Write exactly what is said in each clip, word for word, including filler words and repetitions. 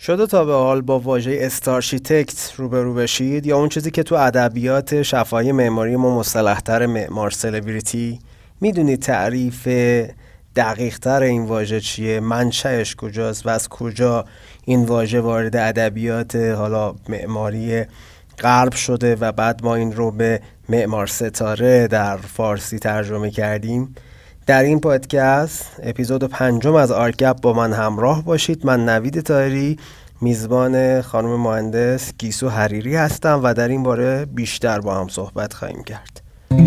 شده تا به حال با واژه استارشیتکت روبرو بشید یا اون چیزی که تو ادبیات شفاهی معماری ما مصطلح‌تر معمار سلبریتی؟ میدونید تعریف دقیق‌تر این واژه چیه؟ منشأش کجاست و از کجا این واژه وارد ادبیات حالا معماری غرب شده و بعد ما این رو به معمار ستاره در فارسی ترجمه کردیم؟ در این پادکست اپیزود پنجم از آرکگپ با من همراه باشید. من نوید طاهری میزبان خانم مهندس گیسو حریری هستم و در این باره بیشتر با هم صحبت خواهیم کرد.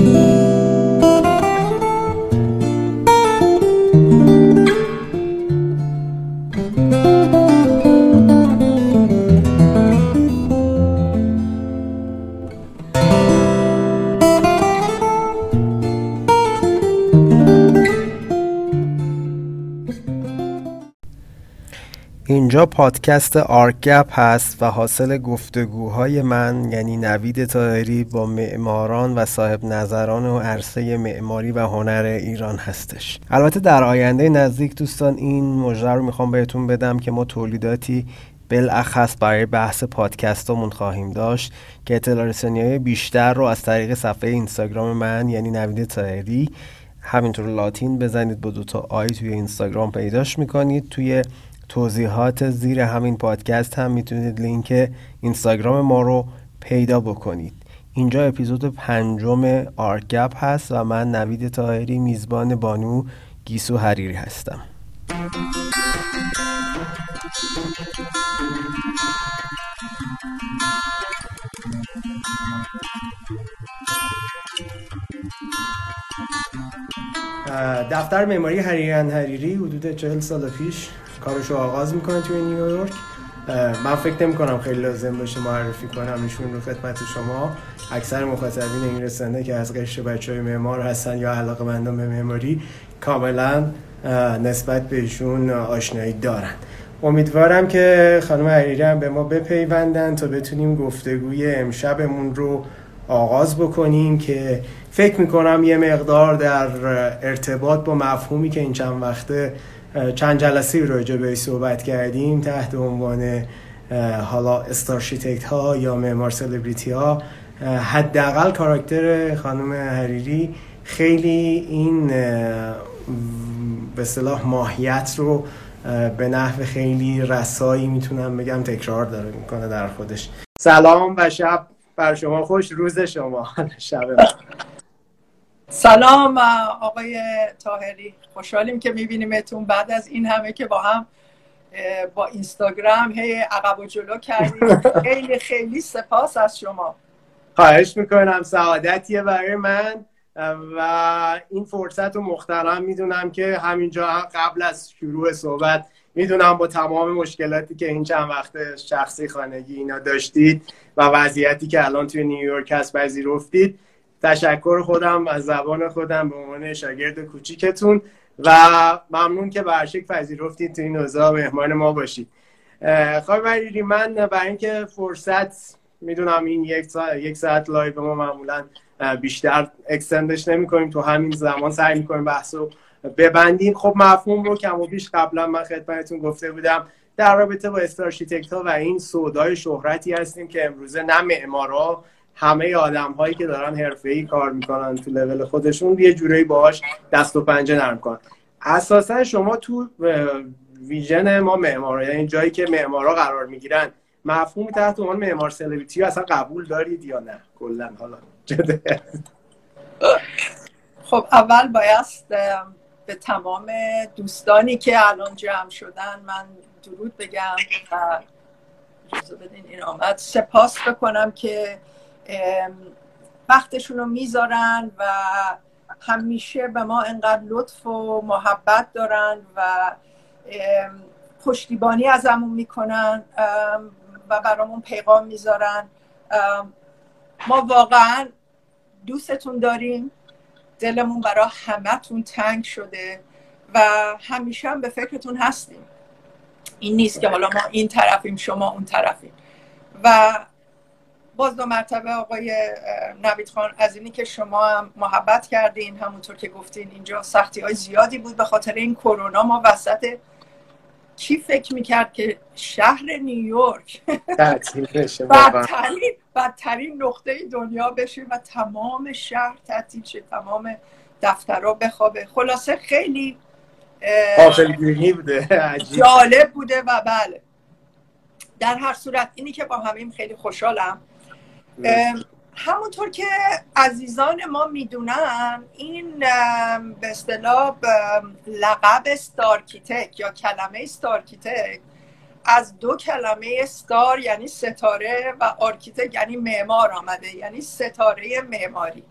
اینجا پادکست آرکگپ هست و حاصل گفتگوهای من یعنی نوید طاهری با معماران و صاحب نظران و عرصه معماری و هنر ایران هستش. البته در آینده نزدیک دوستان این مژده رو میخوام بهتون بدم که ما تولیداتی بالاخص برای بحث پادکستامون خواهیم داشت که اطلاع رسانی‌های بیشتر رو از طریق صفحه اینستاگرام من یعنی نوید طاهری همینطور لاتین بزنید با دوتا آی توی اینستاگرام پیداش میکنید. توی توضیحات زیر همین پادکست هم میتونید لینک اینستاگرام ما رو پیدا بکنید. اینجا اپیزود پنجم آرکگپ هست و من نوید طاهری میزبان بانو گیسو حریری هستم. دفتر معماری حریریان حریری حدود چهل سال پیش کارشو آغاز میکنه توی نیویورک. من فکر نمی کنم خیلی لازم باشه معرفی کنم ایشون رو خدمت شما. اکثر مخاطبین این رسانه که از قشر بچهای معمار هستن یا علاقه‌مندان به معماری کاملا نسبت به ایشون آشنایی دارن. امیدوارم که خانم حریری هم به ما بپیوندن تا بتونیم گفتگوی امشبمون رو آغاز بکنیم که فکر میکنم یه مقدار در ارتباط با مفهومی که این چند وقته چند جلسه راجع بهش صحبت کردیم تحت عنوان حالا استارشیتکت ها یا معمار سلبریتی ها، حداقل کاراکتر خانم حریری خیلی این به اصطلاح ماهیت رو به نحو خیلی رسایی میتونم بگم تکرار داره میکنه در خودش. سلام و شب بر شما خوش، روز شما شب. سلام آقای طاهری، خوشحالیم که میبینیمتون بعد از این همه که با هم با اینستاگرام هی عقب و جلو کردیم. خیلی خیلی سپاس از شما. خواهش میکنم، سعادتیه برای من و این فرصت رو مخترم میدونم که همینجا قبل از شروع صحبت میدونم با تمام مشکلاتی که این چند وقت شخصی خانگی اینا داشتید و وضعیتی که الان توی نیویورک هست پذیرفتید. تشکر خودم از زبان خودم به عنوان شاگرد کوچیکتون و ممنون که به هر شکل پذیرفتید تو این اوضاع مهمان ما باشید. خانم حریری، من برای اینکه فرصت میدونم این یک ساعت یک ساعت لایو ما معمولا بیشتر اکستندش نمی‌کنیم، تو همین زمان سعی می‌کنیم بحثو ببندیم. خب مفهوم رو کم و بیش قبلا من خدمتتون گفته بودم در رابطه با استارشیتکت ها و این سودای شهرتی هستیم که امروزه نه معمارا، همه آدم هایی که دارن حرفه‌ای کار میکنن تو لول خودشون یه جورایی باهاش دست و پنجه نرم کنن. اساسا شما تو ویژن ما معمارا، یعنی جایی که معمارا قرار میگیرن، مفهوم تحت عنوان معمار سلبریتی اصلا قبول دارید یا نه کلا؟ حالا جده. خب اول باید به تمام دوستانی که الان جمع شدن من درود بگم و اجازه بدین این آمد سپاس بکنم که وقتشون رو میذارن و همیشه به ما انقدر لطف و محبت دارن و پشتیبانی ازمون میکنن و برامون پیغام میذارن. ما واقعا دوستتون داریم، دلمون برای همتون تنگ شده و همیشه هم به فکرتون هستیم. این نیست که حالا ما این طرفیم شما اون طرفیم. و باز دو مرتبه آقای نوید خان از اینی که شما هم محبت کردین، همونطور که گفتین اینجا سختی های زیادی بود به خاطر این کرونا. ما وسط کی فکر میکرد که شهر نیویورک بدترین بدترین نقطه دنیا بشه و تمام شهر تعطیل شه، تمام دفترها بخوابه. خلاصه خیلی غافلگیری بوده، جالب بوده. و بله در هر صورت اینی که با همین خیلی خوشحالم. همونطور که عزیزان ما میدونن این به اصطلاح لقب استارکیتک یا کلمه استارکیتک از دو کلمه استار یعنی ستاره و آرکیتک یعنی معمار آمده، یعنی ستاره معماری.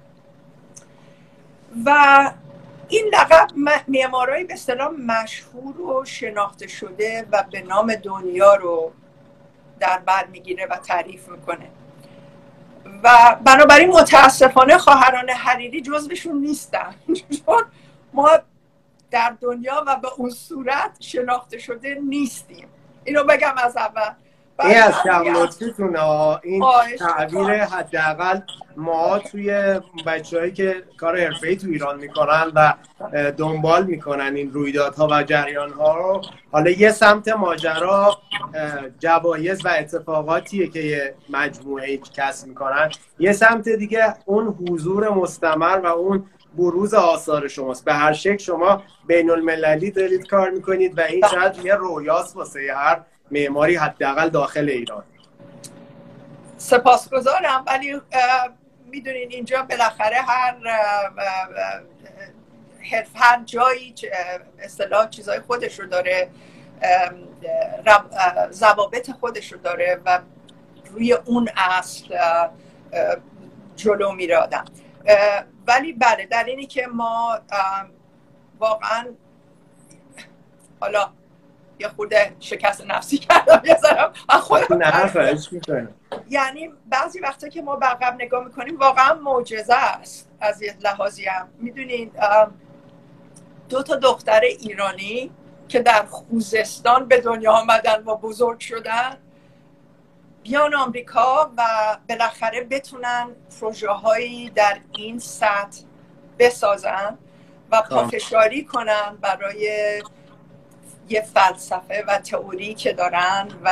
و این لقب معمارای به اصطلاح مشهور و شناخته شده و به نام دنیا رو در بر میگیره و تعریف میکنه و بنابراین متاسفانه خواهران حریری جزوشون نیستن، چون ما در دنیا و به اون صورت شناخته شده نیستیم. اینو بگم از اول. این از کم لطفتونه، این تعبیر حداقل ما توی بچه‌هایی که کار حرفه‌ای تو ایران میکنن و دنبال میکنن این رویدادها و جریان‌ها رو، حالا یه سمت ماجرا جوایز و اتفاقاتیه که یه مجموعه کسب میکنن، یه سمت دیگه اون حضور مستمر و اون بروز آثار شماست. به هر شکل شما بین المللی دارید کار میکنید و این شاید یه رویاست واسه هر معماری حداقل داخل ایران. سپاسگزارم، ولی میدونین اینجا بالاخره هر حرف هر جایی اصطلاح چیزای خودش رو داره، ضوابط خودش رو داره و روی اون اصل جلو میره آدم. ولی بله در اینی که ما واقعا حالا یه خورده شکست نفسی کردم یه ذره خودم، نه خواهش میکنم. یعنی بعضی وقتا که ما به عقب نگاه میکنیم واقعا معجزه است از یه لحاظی هم. میدونین دو تا دختر ایرانی که در خوزستان به دنیا آمدن و بزرگ شدن بیان آمریکا و بالاخره بتونن پروژه هایی در این سطح بسازن و پافشاری کنن برای یه فلسفه و تئوری که دارن و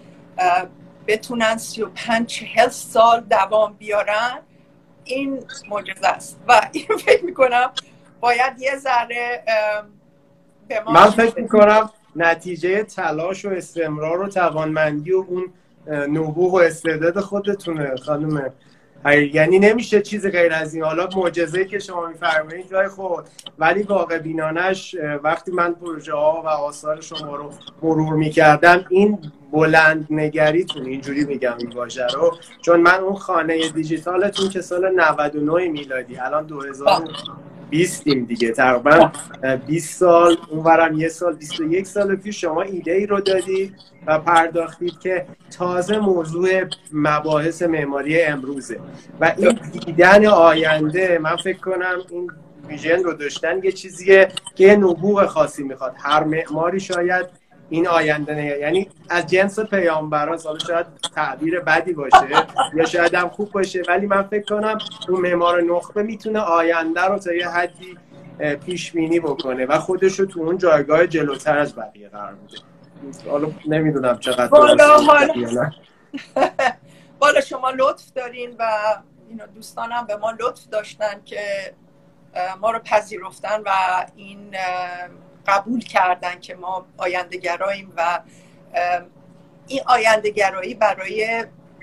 بتونن سی و پنج چهل سال دوام بیارن. این معجزه است و این فکر میکنم باید یه ذره به ما من فکر میکنم نتیجه تلاش و استمرار و توانمندی و اون نبوغ و استعداد خودتونه خانم. یعنی نمیشه چیز غیر از این. حالا معجزه‌ای که شما می‌فرمایید جای خود، ولی واقع بینانش وقتی من پروژه ها و آثار شما رو مرور می‌کردم این بلند نگریتون، اینجوری میگم این واژه رو، چون من اون خانه دیجیتالتون که سال نود و نه میلادی، الان دو هزار و بیستیم دیگه، تقریبا بیست سال اونورم یه سال، بیست و یک سال پیش شما ایده ای رو دادید و پرداختید که تازه موضوع مباحث معماری امروزه و این دیدن آینده. من فکر کنم این ویژن رو داشتن یه چیزیه که یه نبوغ خاصی میخواد. هر معماری شاید این آینده نه، یعنی از جنس پیامبران، حالا شاید تعبیر بدی باشه یا شاید هم خوب باشه، ولی من فکر کنم اون معمار نخبه میتونه آینده رو تا یه حدی پیش بینی بکنه و خودش رو تو اون جایگاه جلوتر از بقیه قرار میده. حالا نمیدونم چقدر والا حالا والا شما لطف دارین و اینا دوستانم به ما لطف داشتن که ما رو پذیرفتن و این قبول کردن که ما آینده گراییم و این آینده گرایی برای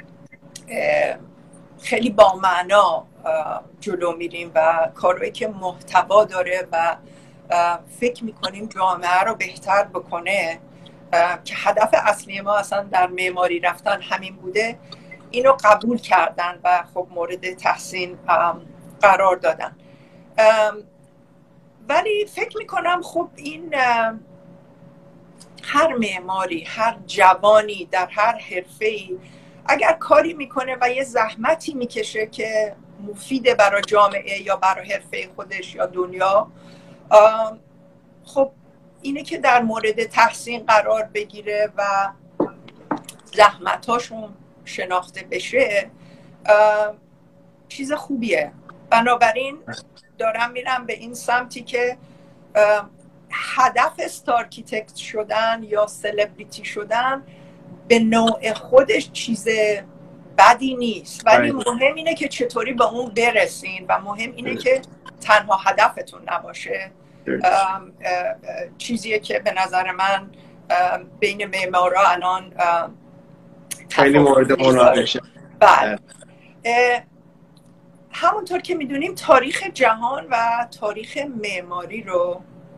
خیلی با معنا جلو میریم و کارهایی که محتوا داره و فکر میکنیم جامعه رو بهتر بکنه که هدف اصلی ما اصلا در معماری رفتن همین بوده، اینو قبول کردن و خب مورد تحسین قرار دادن. ولی فکر میکنم خب این هر معماری، هر جوانی در هر حرفه‌ای اگر کاری میکنه و یه زحمتی میکشه که مفیده برای جامعه یا برای حرفه خودش یا دنیا، خب اینه که در مورد تحسین قرار بگیره و زحمتاشون شناخته بشه، چیز خوبیه. بنابراین دارم میرم به این سمتی که هدف استارکیتکت شدن یا سلبریتی شدن به نوع خودش چیز بدی نیست، ولی مهم اینه که چطوری به اون برسین و مهم اینه که تنها هدفتون نباشه. ام ام چیزیه که به نظر من بین معمارا الان خیلی مورد مناقشه. بله. همونطور که میدونیم تاریخ جهان و تاریخ معماری رو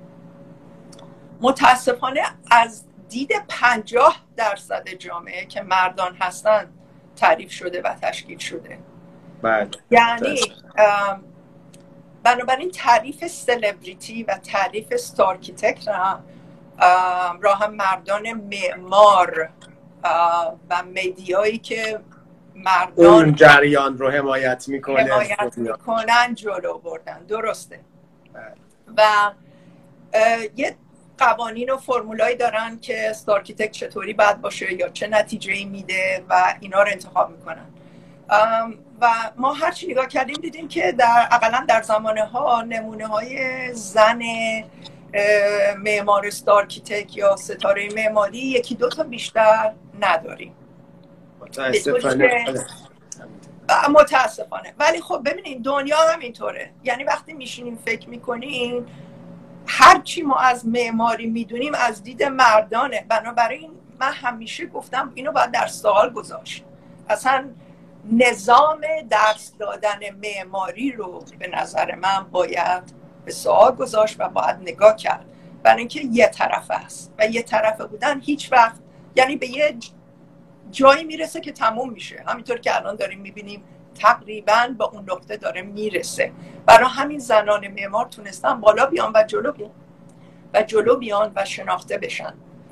متاسفانه از دید پنجاه درصد جامعه که مردان هستن تعریف شده و تشکیل شده. بله. یعنی بنابراین تعریف سلبریتی و تعریف استارکیتکت راه مردان معمار و مدیایی که مردان اون جریان رو حمایت میکنه حمایت میکنن جلو بردن. درسته. و یه قوانین و فرمولایی دارن که استارکیتکت چطوری باید باشه یا چه نتیجه‌ای میده و اینا رو انتخاب میکنن. و ما هر چی نگاه کردیم دیدیم که در اقلا در زمانه ها نمونه های زن معمار استارکیتکت یا ستاره معماری یکی دو تا بیشتر نداریم متاسفانه. متاسفانه. ولی خب ببینید دنیا همینطوره. یعنی وقتی میشینیم فکر میکنیم هر چی ما از معماری میدونیم از دید مردانه. بنابراین من همیشه گفتم اینو باید در سوال گذاشت. اصلا نظام درس دادن معماری رو به نظر من باید به سوال گذاشت و باید نگاه کرد، برای اینکه یه طرف است و یه طرفه بودن هیچ وقت یعنی به یه جایی میرسه که تموم میشه. همینطور که الان داریم میبینیم تقریبا به اون نقطه داره میرسه. برای همین زنان معمار تونستن بالا بیان و جلو بیان و جلو بیان و شناخته بشن.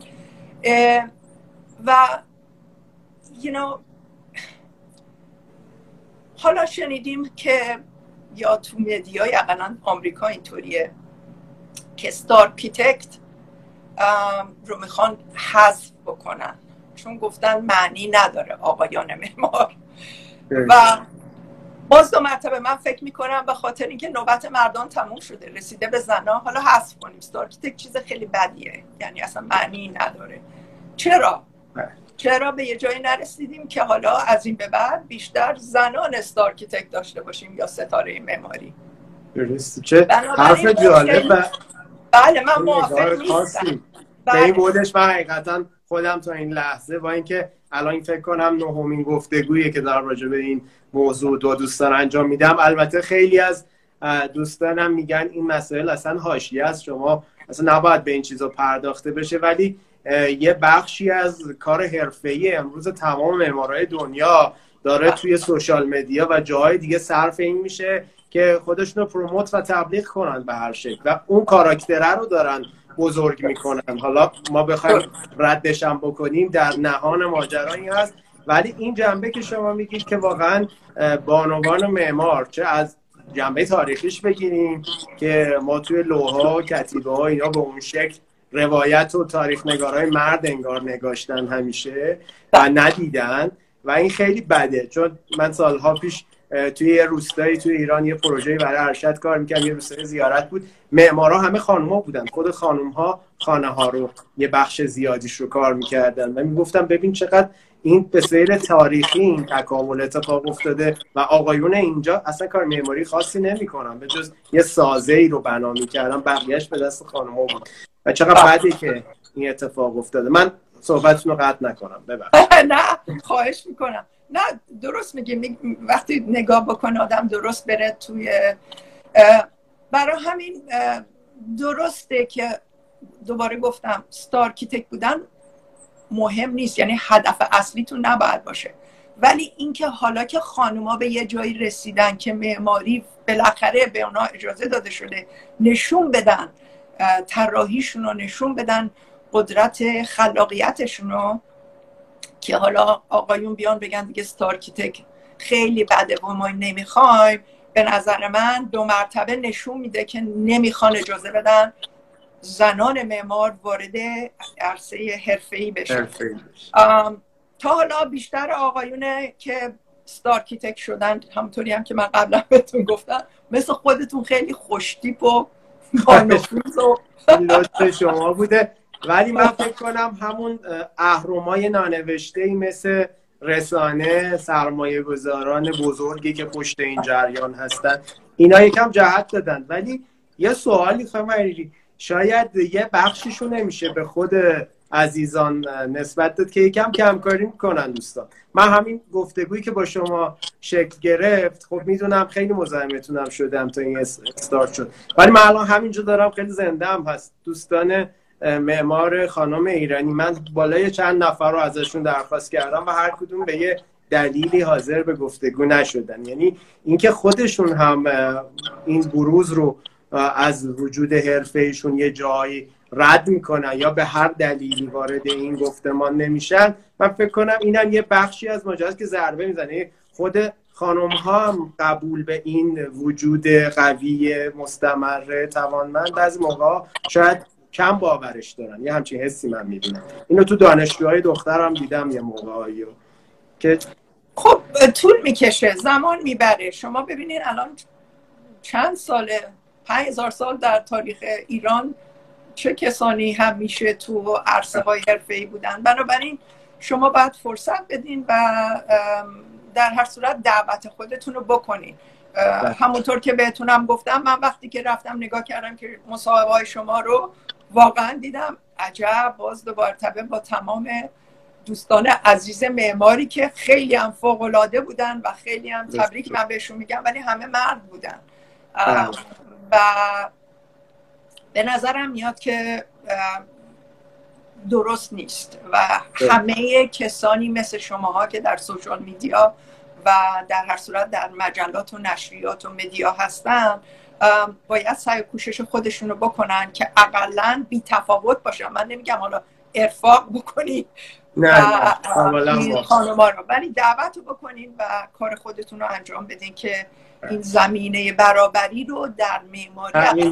و you know حالا شنیدیم که یا تو مدیای اقلا آمریکا اینطوریه که استارکیتکت رو میخوان حذف بکنن چون گفتن معنی نداره آقایان معمار. و باز دو مرتبه من فکر میکنم به خاطر اینکه نوبت مردان تموم شده رسیده به زنان، حالا حذف کنیم. استارکیتکت چیز خیلی بدیه، یعنی اصلا معنی نداره. چرا؟ چرا به یه جایی نرسیدیم که حالا از این به بعد بیشتر زنان استارکیتکت داشته باشیم یا ستاره معماری؟ درسته. چه حرف جالب. بله من موافق نیستم. به این بودش من حقیقتا خودم تا این لحظه با اینکه الان فکر کنم نهمین گفتگویی که دارم راجع به این موضوع دو دوستان انجام میدم. البته خیلی از دوستانم میگن این مسائل اصلا حاشیه است، شما اصلا نباید به این چیزا پرداخته بشه، ولی یه بخشی از کار حرفه‌ای امروز تمام معمارای دنیا داره توی سوشال مدیا و جاهای دیگه صرف این میشه که خودشونو پروموت و تبلیغ کنن به هر شکل و اون کاراکتره رو دارن بزرگ میکنن. حالا ما بخوایم ردش هم بکنیم در نهان ماجرایی هست، ولی این جنبه که شما میگید که واقعا بانوان و معمار چه از جنبه تاریخیش بگیریم که ما توی لوح‌ها و کتیبه ها اینا به اون شکل روایت و تاریخ نگارای مرد انگار نگاشتن همیشه و ندیدن و این خیلی بده. چون من سالها پیش توی یه روستایی توی ایران یه پروژه‌ای برای ارشد کار می‌کردم، یه روستای زیارت بود، معمارا همه خانوما بودن، خود خانوم‌ها خانه‌ها رو یه بخش زیادیش رو کار می‌کردن و میگفتم ببین چقدر این به سیر تاریخی این تکامل اتفاق افتاده و آقایون اینجا اصلا کار معماری خاصی نمی‌کنن به جز یه سازه‌ای رو بنا می‌کردن، بقیه‌اش به دست خانوما بود و چقدر بده که این اتفاق افتاده. من صحبتتون رو قطع نکنم، ببخشید. نه خواهش میکنم. نه درست میگی، وقتی نگاه بکنه آدم درست بره توی. برای همین درسته که دوباره گفتم استارکیتکت بودن مهم نیست، یعنی هدف اصلیتون نباید باشه، ولی اینکه حالا که خانوما به یه جایی رسیدن که معماری بالاخره به اونا اجازه داده شده نشون بدن طراحیشون رو، نشون بدن قدرت خلاقیتشون رو، که حالا آقایون بیان بگن دیگه استارکیتکت خیلی بده و ما نمیخوایم، به نظر من دو مرتبه نشون میده که نمیخوان اجازه بدن زنان معمار وارد عرصه حرفه‌ای بشن. تا حالا بیشتر آقایونه که استارکیتکت شدن همونطوری هم که من قبلا بهتون گفتم مثل خودتون خیلی خوشتیپ و با نفوذ و لطف شما بوده. ولی من فکر کنم همون اهرمای نانوشته‌ای مثل رسانه، سرمایه گذاران بزرگی که پشت این جریان هستن، اینا یکم جهت دادن. ولی یه سوالی خواهم عریری، شاید یه بخششون نمیشه به خود عزیزان نسبت داد که یکم کمکاری میکنن دوستان. من همین گفتگویی که با شما شکل گرفت، خب میدونم خیلی مزاحمتونم شدم تا این استارت شد، ولی من الان همینجا دارم خیلی زنده هم هست. دوستان معمار خانم ایرانی، من بالای چند نفر رو ازشون درخواست کردم و هر کدوم به یه دلیلی حاضر به گفتگو نشدن. یعنی اینکه خودشون هم این بروز رو از وجود حرفه‌ایشون یه جایی رد میکنن یا به هر دلیلی وارد این گفتمان نمیشن، من فکر کنم اینم یه بخشی از ماجراست که ضربه میزنه. خود خانم ها هم قبول به این وجود قوی مستمر توانمند از موقع شاید کم باورش دارن. یه همچین حسی من میبینم. اینو تو دانشجوهای دخترم دیدم یه موقعی که خب طول میکشه، زمان میبره. شما ببینید الان چند ساله، پنج هزار سال در تاریخ ایران چه کسانی همیشه تو عرصه های حرفه‌ای بودن. بنابراین شما باید فرصت بدین و در هر صورت دعوت خودتون رو بکنین. همونطور که بهتونم گفتم، من وقتی که رفتم نگاه کردم که مصاحبه های شما رو، واقعا دیدم عجب، باز دو مرتبه با تمام دوستان عزیز معماری که خیلی هم فوق‌العاده بودن و خیلی هم تبریک من بهشون میگم، ولی همه مرد بودن و به نظرم میاد که درست نیست و همه کسانی مثل شماها که در سوشال میدیا و در هر صورت در مجلات و نشریات و مدیا هستن باید سعی و کوشش خودشون رو بکنن که اقلن بی تفاوت باشن. من نمیگم حالا ارفاق بکنید این خانوما رو، ولی دعوت رو بکنین و کار خودتون رو انجام بدین که این زمینه برابری رو در معماری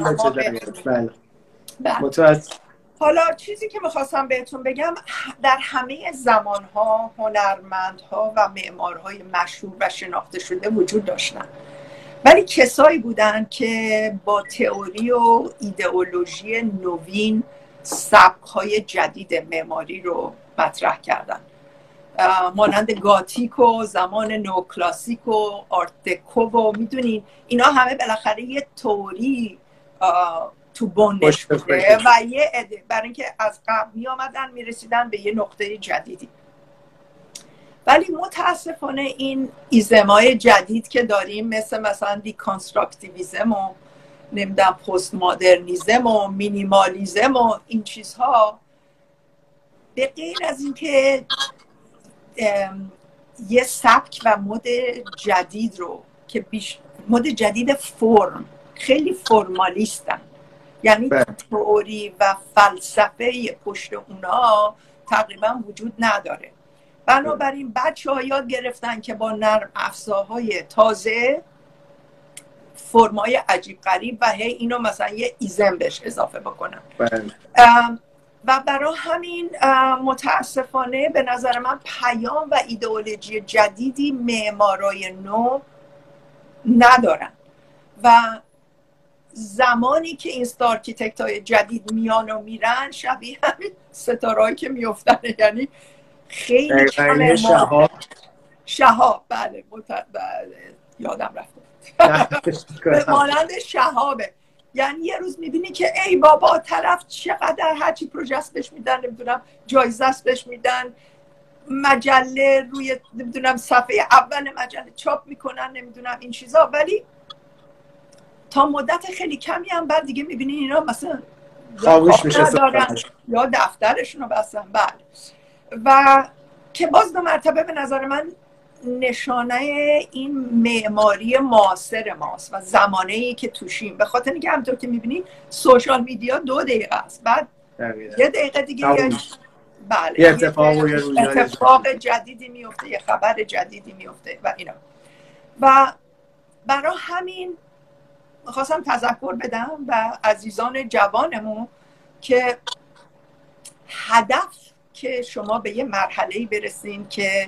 بله. حالا چیزی که میخواستم بهتون بگم، در همه زمانها هنرمندها و معمارهای مشهور و شناخته شده وجود داشتن، ولی کسایی بودن که با تئوری و ایدئولوژی نوین سبک‌های جدید معماری رو مطرح کردن، مانند گاتیک و زمان نوکلاسیک و آرت دکو و میدونین اینا همه بالاخره یه تئوری تو بندش بوده و یه عده برای اینکه از قبل می آمدن می رسیدن به یه نقطه جدیدی. ولی متاسفانه این ایزمای جدید که داریم مثل مثلا دیکانستراکتیویزم و نمیدونم پست مدرنیزم و مینیمالیزم و این چیزها، به غیر از اینکه یه سبک و مد جدید رو که بیش مد جدید فرم، خیلی فرمالیستن، یعنی تئوری و فلسفه پشت اونا تقریبا وجود نداره. بنابراین بچه ها یاد گرفتن که با نرم افزارهای تازه، فرمای عجیب غریب و هی اینو مثلا یه ایزم بهش اضافه بکنن و برای همین متاسفانه به نظر من پیام و ایدئولوژی جدیدی معمارای نو ندارن و زمانی که این آرکیتکت های جدید میان و میرن شبیه همین ستارهایی که میفتن، یعنی خیلی کم شهاب شهاب بله, مت... بله. یادم رفت به مانند شهابه. یعنی یه روز میبینی که ای بابا طرف چقدر هرچی پروژست بهش میدن، نمیدونم جایزه بهش میدن، مجله روی نمیدونم صفحه اول مجله چاپ میکنن، نمیدونم این چیزا، ولی تا مدت خیلی کمی هم بعد دیگه میبینی اینا مثلا خاموش میشه یا دفترشون رو بستن. بعد و که باز دو مرتبه به نظر من نشانه این معماری معاصر ماست و زمانه‌ای که توشیم، به خاطر اینکه همونطور که میبینید سوشال میدیا دو دقیقه است، بعد دقیقه. یه دقیقه دیگه یه بله یه اتفاق, یه اتفاق جدیدی میفته، یه خبر جدیدی میفته و اینا. و برای همین میخواستم تذکر بدم و عزیزان جوانمون که هدف که شما به یه مرحله‌ای برسین که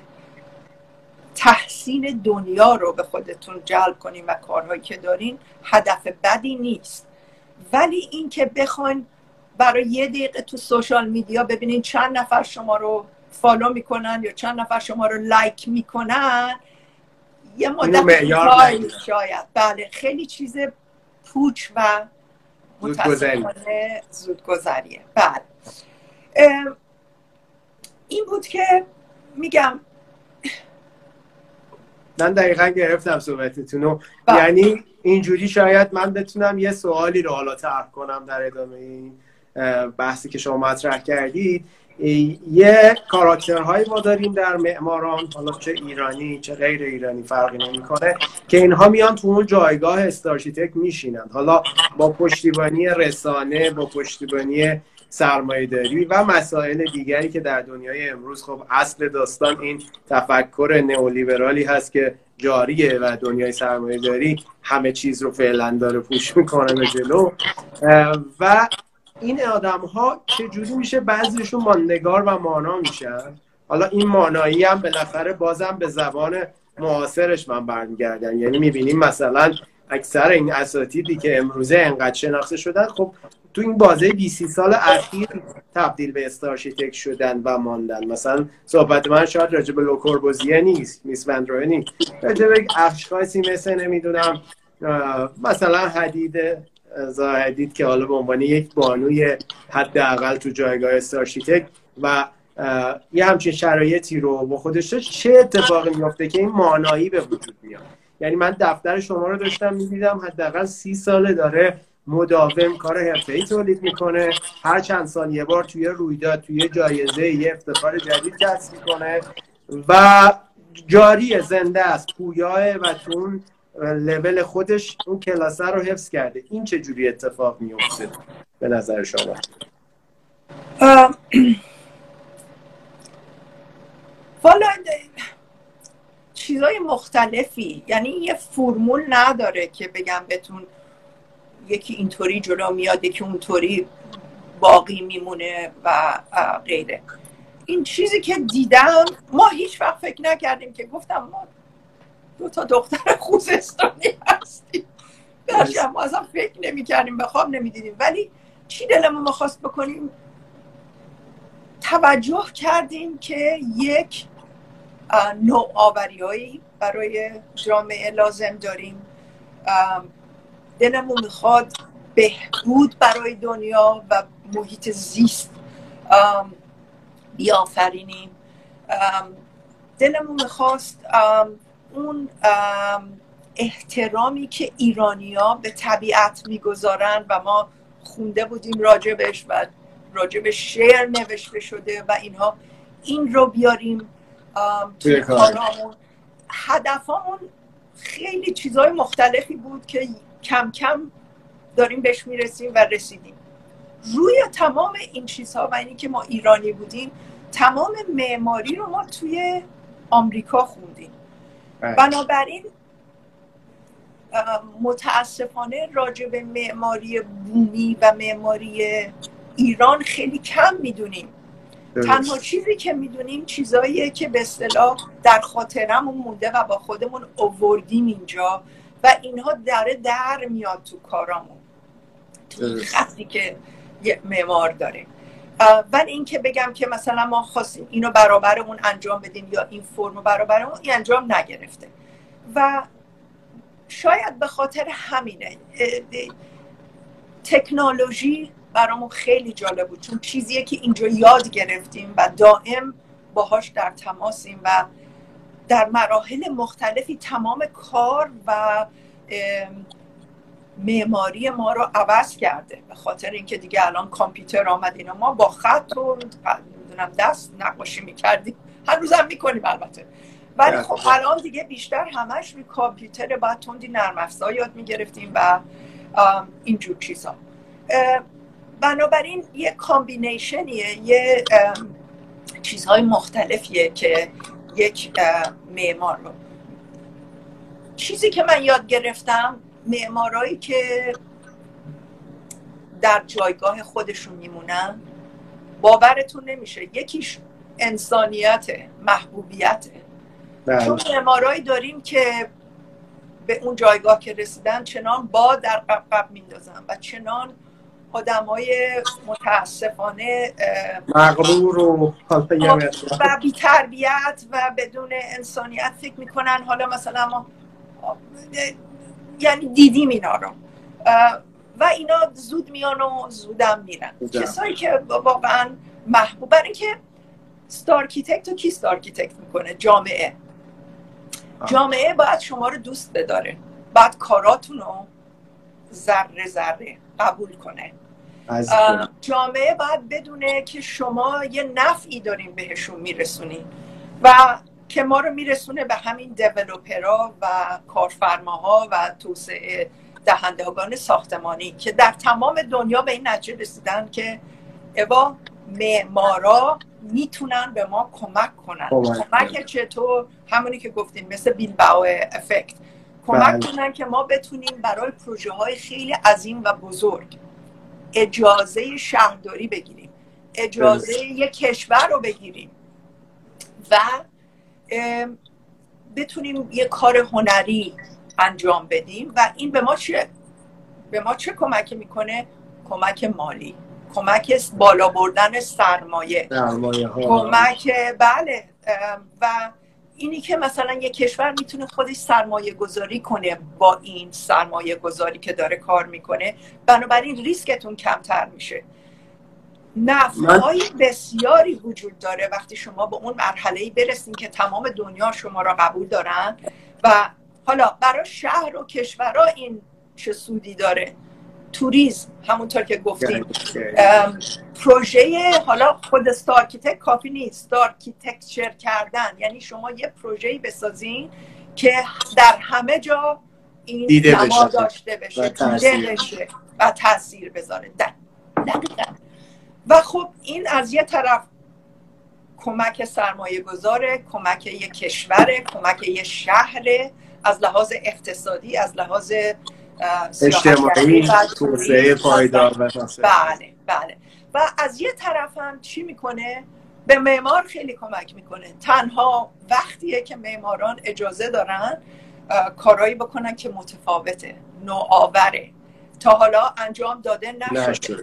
تحسین دنیا رو به خودتون جلب کنین و کارهایی که دارین هدف بدی نیست، ولی این که بخواین برای یه دقیقه تو سوشال میدیا ببینین چند نفر شما رو فالو میکنن یا چند نفر شما رو لایک میکنن، یه مدت کوتاهی شاید، بله خیلی چیز پوچ و متاسفانه زودگذریه. بله این بود که میگم من دقیقا گرفتم صحبتتونو. یعنی اینجوری شاید من بتونم یه سوالی رو حالا طرح کنم در ادامه این بحثی که شما مطرح کردید. یه کاراکترهایی ما داریم در معماران، حالا چه ایرانی چه غیر ایرانی فرقی نمیکنه، که اینها میان تو اون جایگاه استارشیتکت میشینن، حالا با پشتیبانی رسانه، با پشتیبانی سرمایه‌داری و مسائل دیگری که در دنیای امروز خب اصل داستان این تفکر نئولیبرالی هست که جاریه و دنیای سرمایه‌داری همه چیز رو فعلا داره پوش میکنه به جلو. و این آدم ها چجوری میشه بعضیشون ماندگار و مانا میشن؟ حالا این مانایی هم بالاخره بازم به زبان معاصرش من برمیگردن. یعنی میبینیم مثلا اکثر این اساتیدی که امروزه انقدر شناخته شدن، خب تو این بازه بیست سال اخیر تبدیل به استارشیتکت شدن و ماندن. مثلا صحبت من شاید راجع به لوکوربوزیه نیست، میس وندروینی، راجع به اشخاصی مثل نمیدونم مثلا حدید زاهدید که حالا به عنوان یک بانوی حداقل تو جایگاه استارشیتکت و یه همچین شرایطی رو با خودش داشت، چه اتفاقی میفته که این مانایی به وجود میاد؟ یعنی من دفتر شما رو داشتم میدیدم حداقل سی ساله داره مداوم کار حرفه‌ای تولید میکنه، هر چند سال یه بار توی رویداد توی جایزه یه افتخار جدید کسب میکنه و جاری زنده است، پویاه و تو اون لول خودش اون کلاسه رو حفظ کرده. این چه جوری اتفاق میفته به نظر شما؟ والا چیزای مختلفی، یعنی یه فرمول نداره که بگم بهتون یکی اینطوری جلو میاد یکی اونطوری باقی میمونه و غیره. این چیزی که دیدم، ما هیچ وقت فکر نکردیم که گفتم ما دو تا دختر خوزستانی هستیم، درشم ما اصلا فکر نمی کردیم، به خواب نمی دیدیم، ولی چی دلمون می‌خواست بکنیم؟ توجه کردیم که یک نوآوری‌هایی برای جامعه لازم داریم، دلمون میخواد بهبود برای دنیا و محیط زیست بیافرینیم، دلمون میخواست اون احترامی که ایرانی‌ها به طبیعت میگذارن و ما خونده بودیم راجبش و راجبش شعر نوشته شده و اینها، این رو بیاریم توی کارامون. هدفمون خیلی چیزهای مختلفی بود که کم کم داریم بهش میرسیم و رسیدیم. روی تمام این چیزها و اینی که ما ایرانی بودیم، تمام معماری رو ما توی آمریکا خوندیم. بنابراین متاسفانه راجع به معماری بومی و معماری ایران خیلی کم میدونیم. تنها چیزی که میدونیم چیزاییه که به اصطلاح در خاطرمون مونده و با خودمون آوردیم اینجا و اینها داره در میاد تو کارامون، تو خطی که یه معمار داره. ولی این که بگم که مثلا ما خواستیم اینو برابر اون انجام بدیم یا این فرمو برابر اون، این انجام نگرفته و شاید به خاطر همینه تکنولوژی برامون خیلی جالب بود، چون چیزیه که اینجا یاد گرفتیم و دائم باهاش در تماسیم و در مراحل مختلفی تمام کار و معماری ما رو عوض کرده، به خاطر اینکه دیگه الان کامپیوتر آمد. اینا ما با خط و نمیدونم دست نقاشی میکردیم، هر روز هم میکنیم البته، ولی خب الان دیگه بیشتر همش روی کامپیوتر، بعد تندی نرم افزار یاد میگرفتیم و اینجور چیزا. بنابراین یه کامبینیشنیه، یه چیزهای مختلفیه که یک معمار رو. چیزی که من یاد گرفتم، معمارایی که در جایگاه خودشون میمونن، باورتون نمیشه، یکیش انسانیت، محبوبیته. چون معمارایی داریم که به اون جایگاه که رسیدن چنان با در قبقب میندازن و چنان آدمای متاسفانه مغرور و و بی تربیت و بدون انسانیت فکر میکنن حالا مثلا ما یعنی دیدیم اینا رو و اینا زود میان و زودم میرن. کسایی که واقعا محبوب، برای اینکه ستارکیتکت رو کی ستارکیتکت میکنه؟ جامعه. جامعه باید شما رو دوست بداره، باید کاراتون رو ذره ذره قبول کنه. جامعه باید بدونه که شما یه نفعی دارین بهشون میرسونین و که ما رو میرسونه به همین دیولوپرها و کارفرماها و توسعه دهندگان ساختمانی که در تمام دنیا به این نتیجه رسیدن که اوا معمارا میتونن به ما کمک کنن. کمک چطور؟ همونی که گفتیم مثل بیلبائو افکت، کمک کنن که ما بتونیم برای پروژه های خیلی عظیم و بزرگ اجازه شهرداری بگیریم، اجازه یک کشور رو بگیریم و بتونیم یک کار هنری انجام بدیم. و این به ما چه به ما چه کمک میکنه؟ کمک مالی، کمک بالا بردن سرمایه، سرمایه ها. کمک بله. و اینی که مثلا یک کشور میتونه خودش سرمایه گذاری کنه با این سرمایه گذاری که داره کار میکنه، بنابراین ریسکتون کمتر میشه. نفعهای بسیاری وجود داره وقتی شما به اون مرحله‌ای برسین که تمام دنیا شما را قبول دارن. و حالا برای شهر و کشورها این چه سودی داره؟ توریسم، همونطور که گفتیم، پروژه، حالا خود ستارکیتکت کافی نیست، ستارکیتکچر کردن یعنی شما یه پروژه‌ای بسازین که در همه جا این دیده نما بشه. داشته بشه، دیده بشه و تاثیر بذاره. دقیقاً. و خب این از یه طرف کمک سرمایه گذاره، کمک یک کشوره، کمک یک شهره، از لحاظ اقتصادی، از لحاظ اجتماعی، توسعه پایدار و بله بله. و از یه طرف هم چی میکنه؟ به معمار خیلی کمک میکنه. تنها وقتیه که معماران اجازه دارن کارایی بکنن که متفاوته، نوآوره، تا حالا انجام داده نشده.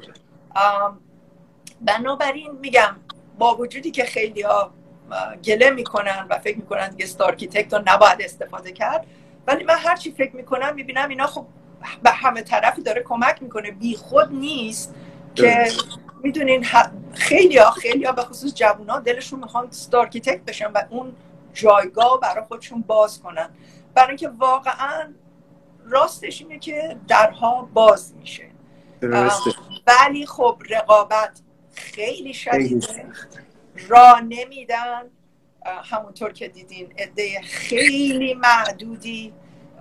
بنابراین میگم با وجودی که خیلی ها گله میکنن و فکر میکنن دیگه ستارکیتکت رو نباید استفاده کرد، ولی من هرچی فکر میکنم میبینم اینا خب به همه طرفی داره کمک میکنه، بی خود نیست. که میدونین خیلی ها خیلی ها به خصوص جوونا دلشون میخوان ستارکیتکت بشن و اون جایگاه برای خودشون باز کنن، برای اینکه واقعا راستش اینه که درها باز میشه. ولی خب رقابت خیلی شدیده، راه نمیدن. همونطور که دیدین عده خیلی معدودی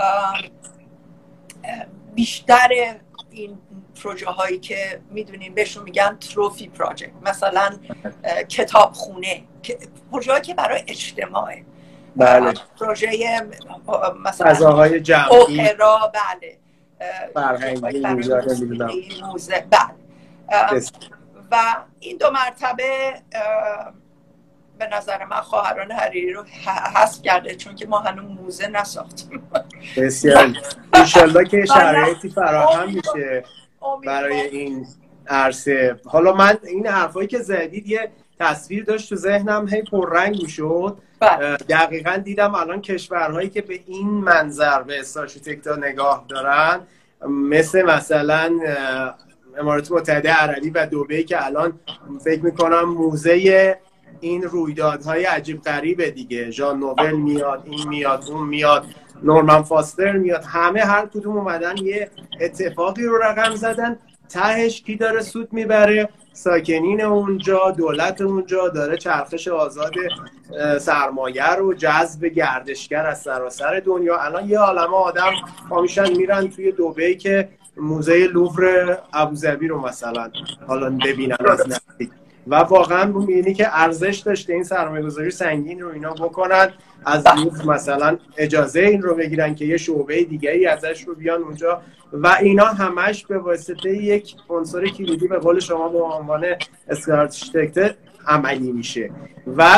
بیشتر این پروژه هایی که میدونین بهشون میگن تروفی پروژه، مثلا کتابخونه، پروژه هایی که برای اجتماعه، بله. پروژه مثلا فضاهای جمعی، اپرا، بله، فرهنگی، موزه، بله. و این دو مرتبه به نظر من خواهران حریری رو حذف کرده، چون که ما هنوز موزه نساختیم. بسیار انشالله که شرایطی فراهم میشه برای این عرصه. حالا من این حرفایی که زدید یه تصویر داشت تو ذهنم، هی پررنگ میشد. دقیقاً دیدم الان کشورهایی که به این منظر به استارکیتکت‌ها نگاه دارن، مثل مثلا امارات متحده عربی و دبی که الان فکر میکنم موزه این رویدادهای عجیب غریبه دیگه، ژان نوبل میاد، این میاد، اون میاد، نورمن فاستر میاد، همه هر کدوم اومدن یه اتفاقی رو رقم زدن. تهش کی داره سود میبره؟ ساکنین اونجا، دولت اونجا داره چرخش آزاد سرمایه رو، جذب گردشگر از سراسر دنیا. الان یه عالمه آدم همیشن میرن توی دبی که موزه لوور ابوظبی رو مثلا حالا ببینن از نزدیک و واقعا می‌بینی که ارزش داشته این سرمایه‌گذاری سنگین رو اینا بکنن، از لوور مثلا اجازه این رو بگیرن که یه شعبه دیگه‌ای ازش رو بیان اونجا و اینا همش به واسطه یک عنصر کلیدی به قول شما به عنوان استارکیتکت عملی میشه. و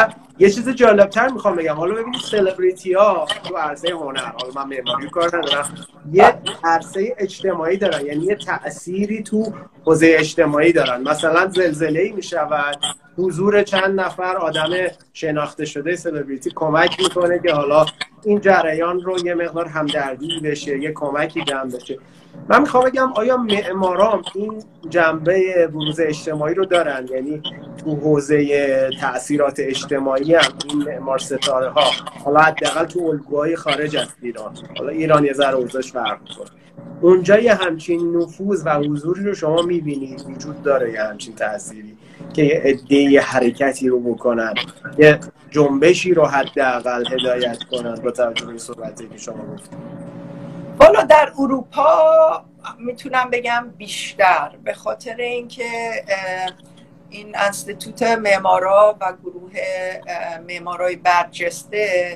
یه چیز جالبتر میخوام بگم، حالا ببینید سلبریتی ها تو عرصه هنر، حالا من معماری کار ندارم، یه عرصه اجتماعی دارن، یعنی یه تأثیری تو حوزه اجتماعی دارن. مثلا زلزله‌ای میشود، حضور چند نفر آدم شناخته شده سلبریتی کمک میکنه که حالا این جریان رو یه مقدار همدردی بشه، یه کمکی جمع بشه. من میخوام بگم آیا معماران این جنبه بروز اجتماعی رو دارن؟ یعنی تو حوزه تأثیرات اجتماعی هم این معمار ستاره ها، حالا حداقل تو الگوهای خارج از ایران، حالا ایران یه ذره اوضاعش فرق میکنه، اونجا یه همچین نفوذ و حضوری رو شما میبینید وجود داره، یه همچین تأثیری که یه عده یه حرکتی رو بکنن، یه جنبشی رو حداقل هدایت کنن با توجه به این صحبتی که شما گفتید؟ والا در اروپا میتونم بگم بیشتر، به خاطر اینکه این انستیتوت معمارا و گروه معمارای برجسته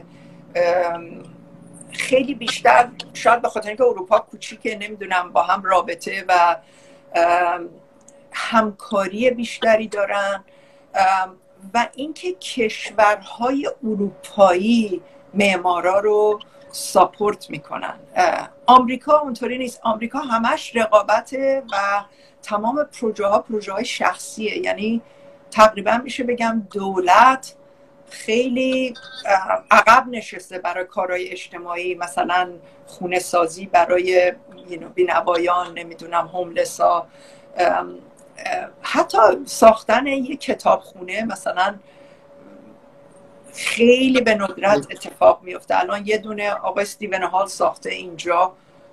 خیلی بیشتر، شاید به خاطر اینکه اروپا کوچیکه، نمیدونم، با هم رابطه و همکاری بیشتری دارن و اینکه کشورهای اروپایی معمارا رو ساپورت میکنن. آمریکا اونطوری نیست. آمریکا همش رقابته و تمام پروژه ها پروژه های شخصیه، یعنی تقریبا میشه بگم دولت خیلی عقب نشسته برای کارهای اجتماعی، مثلا خونه سازی برای بینوایان، نمیدونم هوملسا، حتی ساختن یک کتابخونه مثلا خیلی به ندرت اتفاق میفته. الان یه دونه آقای استیون هال ساخته اینجا،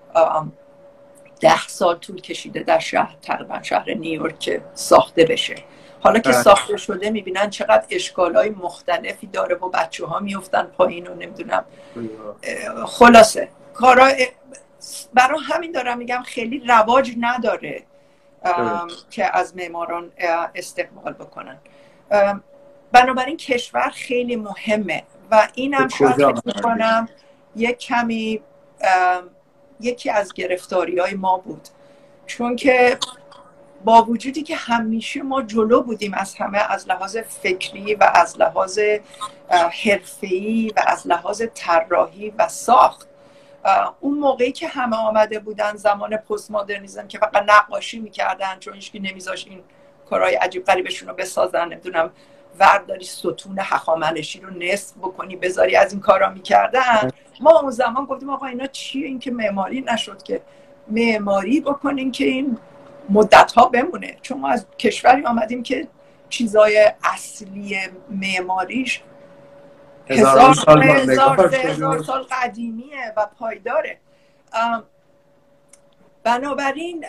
ده سال طول کشیده در شهر، تقریبا شهر نیویورک که ساخته بشه. حالا که ساخته شده میبینن چقدر اشکالای مختلفی داره و بچه ها میفتن پایین و نمیدونم. خلاصه کارا برای همین دارم میگم خیلی رواج نداره که از معماران استقبال بکنن. بنابراین کشور خیلی مهمه و اینم شاید فکر میکنم یک کمی یکی از گرفتاری های ما بود، چون که با وجودی که همیشه ما جلو بودیم از همه، از لحاظ فکری و از لحاظ حرفه‌ای و از لحاظ طراحی و ساخت، اون موقعی که همه آمده بودن زمان پست مدرنیسم که فقط نقاشی میکردن چون هیچکی نمیذاش این کارهای عجیب غریبشون رو بسازن، نمیدونم ورداری ستون هخامنشی رو نصب بکنی بذاری، از این کارا میکردن. ما اون زمان گفتیم آقا اینا چیه، این که معماری نشد که معماری بکنین که این مدت ها بمونه، چون ما از کشوری آمدیم که چیزای اصلی معماریش هزار سال, هزار, هزار سال قدیمیه و پایداره. بنابراین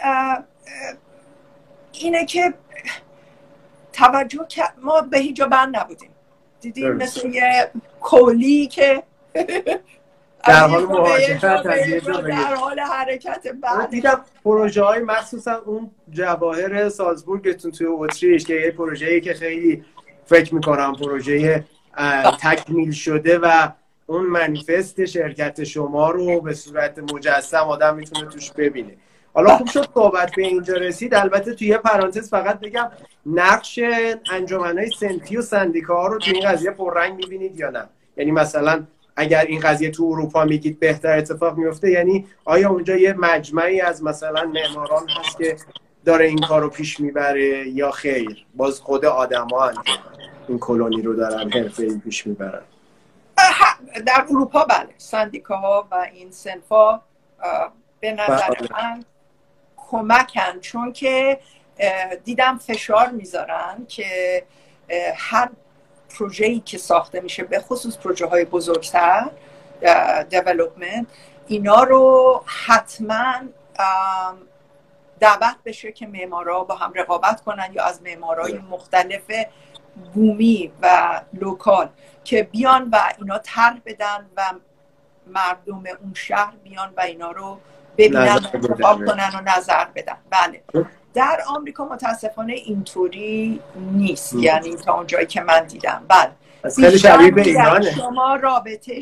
اینه که توجه که ما به هیچ جا بند نبودیم، دیدیم مثل یه کولی که در حال مهاجرت از یه جا در حال حرکت. بعد دیدم پروژه های مخصوصا اون جواهر سالزبورگتون توی اتریش که یه پروژه‌ای که خیلی فکر میکنم پروژه تکمیل شده و اون منیفست شرکت شما رو به صورت مجسم آدم میتونه توش ببینه. حالا خوب شد صحبت به اینجا رسید. البته توی یه پرانتز فقط بگم نقش انجمن‌های صنفی و سندیکاها رو توی این قضیه پررنگ می‌بینید یا نه؟ یعنی مثلا اگر این قضیه تو اروپا میگید بهتر اتفاق میفته، یعنی آیا اونجا یه مجمعی از مثلا معماران هست که داره این کارو پیش میبره یا خیر باز خود آدم‌ها که این کلونی رو دارن حرفه‌ای پیش میبرن؟ در اروپا بله، سندیکاها و این صنفا به نظر من کمکن، چون که دیدم فشار میذارن که هر پروژه‌ای که ساخته میشه، به خصوص پروژه های بزرگتر دیولپمنت، اینا رو حتما دعوت بشه که معمارا با هم رقابت کنن یا از معمارای مختلف بومی و لوکال که بیان و اینا طرح بدن و مردم اون شهر بیان و اینا رو ببینن و انتخاب کنن و نظر بدن. بله در آمریکا متاسفانه اینطوری نیست، یعنی تا اون جایی که من دیدم. بله خیلی شبیه به ایرانه. شما رابطه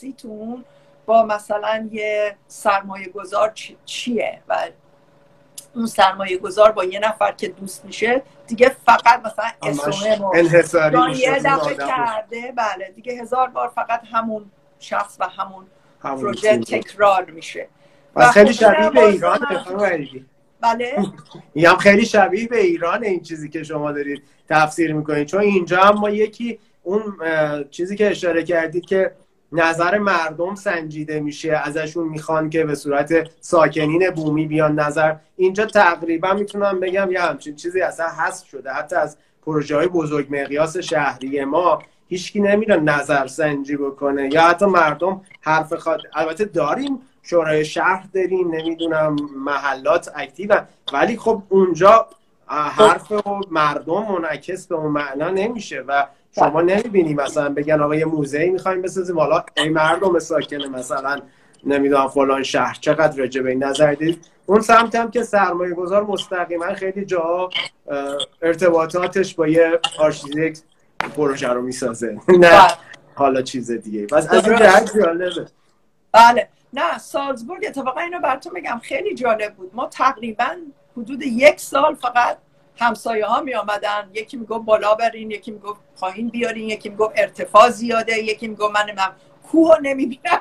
شخصیتون با مثلا یه سرمایه گذار چیه و اون سرمایه گذار با یه نفر که دوست میشه دیگه فقط مثلا اسم انحصاری میشه یه دفعه کرده، بله دیگه هزار بار فقط همون شخص و همون, همون پروژه تکرار میشه و خیلی شبیه به ایران بفرمایید. بله این هم خیلی شبیه به ایران این چیزی که شما دارید تفسیر میکنید، چون اینجا هم ما یکی اون چیزی که اشاره کردید که نظر مردم سنجیده میشه، ازشون میخوان که به صورت ساکنین بومی بیان نظر، اینجا تقریبا میتونم بگم یه همچین چیزی اصلا حذف شده. حتی از پروژه های بزرگ مقیاس شهری ما هیچکی نمیره نظر سنجی بکنه، یا حتی مردم حرف خواد. البته داریم شورای شهر داریم، نمیدونم محلات اکتیو، ولی خب اونجا حرف مردم منعکس به اون معنا نمیشه و شما نمیبینی مثلا بگن آقا یه موزه‌ای می‌خوایم بسازیم، حالا ای مردم ساکن مثلا نمیدونم فلان شهر چقدر راجع به این نظر دید. اون سمت هم که سرمایه گذار مستقیما خیلی جا ارتباطاتش با یه آرشیتکت پروژه رو میسازه، نه حالا چیز دیگه. پس از این جهت جالبه. بله نه سالزبورگ اتفاقا اینو براتون بگم خیلی جالب بود. ما تقریبا حدود یک سال فقط همسایه ها می آمدن، یکی می گفت بالا برین، یکی می گفت پایین بیارین، یکی می گفت ارتفاع زیاده، یکی می گفت من من کوه نمی بینم.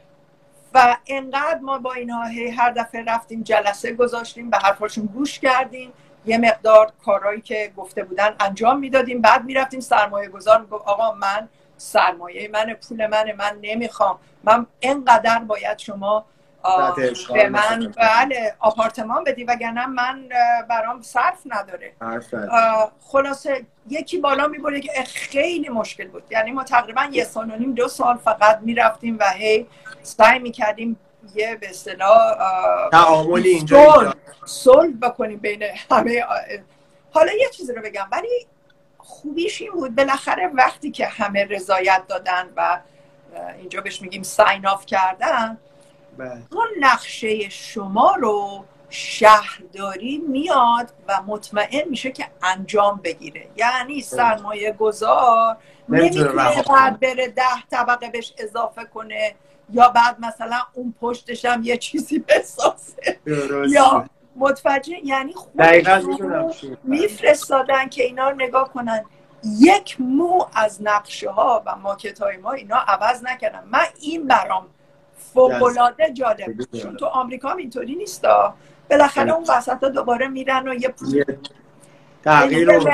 و انقدر ما با اینها هر دفعه رفتیم جلسه گذاشتیم، به حرفاشون گوش کردیم، یه مقدار کارهایی که گفته بودن انجام میدادیم، بعد میرفتیم سرمایه گذار میگفت آقا من سرمایه من پول منه، من نمیخوام، من اینقدر باید شما به من بله آپارتمان بدی وگرنه من برام صرف نداره. خلاصه یکی بالا میبره که خیلی مشکل بود. یعنی ما تقریبا یه سال و نیم دو سال فقط میرفتیم و هی سعی میکردیم یه به اصطلاح تعاملی اینجا صلح بکنیم بین همه. حالا یه چیزی رو بگم، ولی خوبیش این بود بالاخره وقتی که همه رضایت دادن و اینجا بهش میگیم ساین آف کردن، اون نقشه شما رو شهرداری میاد و مطمئن میشه که انجام بگیره. یعنی سرمایه گذار نمیتونه بعد بره ده طبقه بهش اضافه کنه یا بعد مثلا اون پشتش هم یه چیزی بسازه یا متوجه. یعنی خودشون میفرستادن که اینا رو نگاه کنن، یک مو از نقشه ها و ماکت های ما اینا عوض نکردن. من این برام فوق‌العاده جالب بود، چون تو آمریکا هم اینطوری نیستا، بالاخره اون وسط ها دوباره میرن و یه پول تغییر رو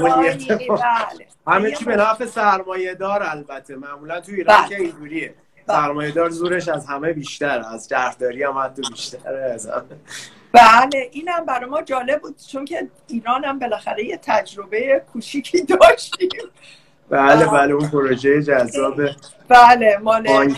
همه چی به نفع سرمایه دار. البته معمولا تو ایران که اینجوریه، سرمایه دار زورش از همه بیشتر، از شهرداری هم حتی بیشتره از همه. بله اینم برای ما جالب بود چون که ایران هم بالاخره یه تجربه کوچیکی داشتیم. بله بله اون پروژه جذاب بله مال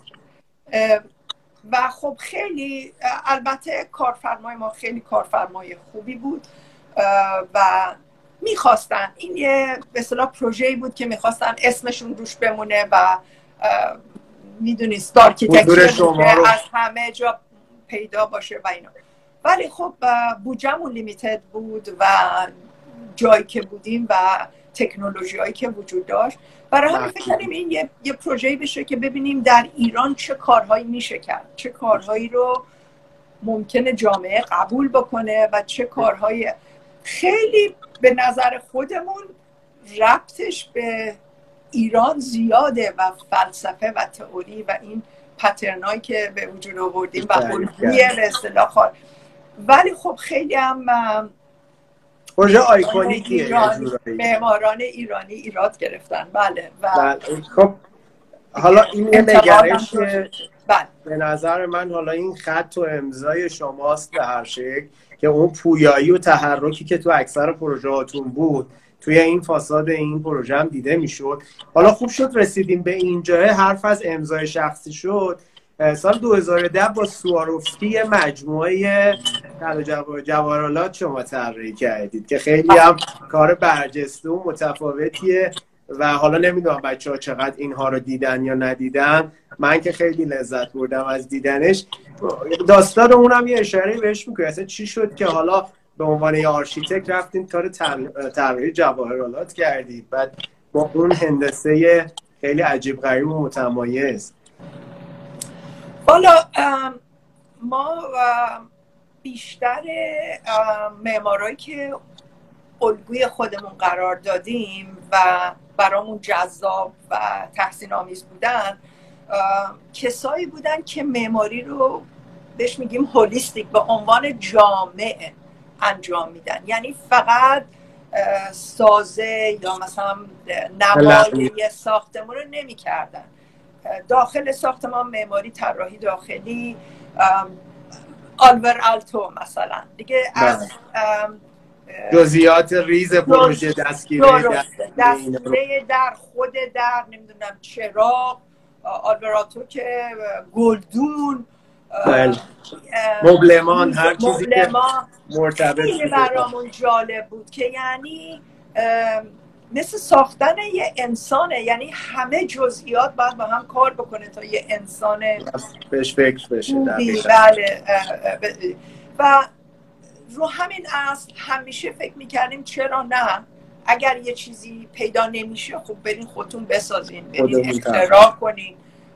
و خب خیلی البته کارفرمای ما خیلی کارفرمای خوبی بود و میخواستن، این یه به اصطلاح پروژه‌ای بود که میخواستن اسمشون روش بمونه و میدونید آرکیتکچر از همه جا پیدا باشه و اینا. ولی خب بودجه‌مون لیمیتد بود و جایی که بودیم و تکنولوژی هایی که وجود داشت، برای همین فکر کردیم این یه, یه پروژه‌ای بشه که ببینیم در ایران چه کارهایی میشه کرد، چه کارهایی رو ممکنه جامعه قبول بکنه و چه کارهای خیلی به نظر خودمون ربطش به ایران زیاده و فلسفه و تئوری و این پترنایی که به وجود آوردیم و الگوی به اصطلاح خال. ولی خب خیلی هم پروژه آیکونیکیه، معماران ایرانی ایراد گرفتن. بله و بله. خب حالا این نگرش به نظر من حالا این خط و امضای شماست به هر شکل که اون پویایی و تحرکی که تو اکثر پروژه هاتون بود توی این فاساد این پروژه هم دیده میشد. حالا خوب شد رسیدیم به اینجا، حرف از امضای شخصی شد. سال دو هزار و ده با سواروفسکی مجموعه جواهرالات شما طراحی کردید که خیلی هم کار برجسته و متفاوتیه و حالا نمیدونم بچه‌ها چقدر اینها رو دیدن یا ندیدن. من که خیلی لذت بردم از دیدنش. داستان اونم یه اشاره بهش میکنه اصلا چی شد که حالا به عنوان یه آرشیتکت رفتین کار طراحی جواهرالات کردید، بعد با اون هندسه خیلی عجیب غریب و متمایز. حالا ما بیشتر معمارایی که الگوی خودمون قرار دادیم و برامون جذاب و تحسین آمیز بودن کسایی بودن که معماری رو بهش میگیم هولیستیک به عنوان جامع انجام میدن، یعنی فقط سازه یا مثلا نمای ساختمون رو نمی کردن. داخل ساختمان معماری طراحی داخلی، آلور آلتو مثلا دیگه از جزئیات ریز پروژه، دستگیره دستگیره در خود در نمیدونم چراغ، آلور آلتو که گلدون، مبلمان، هر چیزی که مرتبط خیلی برامون جالب بود که یعنی مثل ساختن یه انسانه، یعنی همه جزئیات باید با هم کار بکنه تا یه انسان بهش فکر بشه. بله. و رو همین اصل همیشه فکر میکردیم چرا نه، اگر یه چیزی پیدا نمیشه خب برین خودتون بسازین، برین اختراع کنین.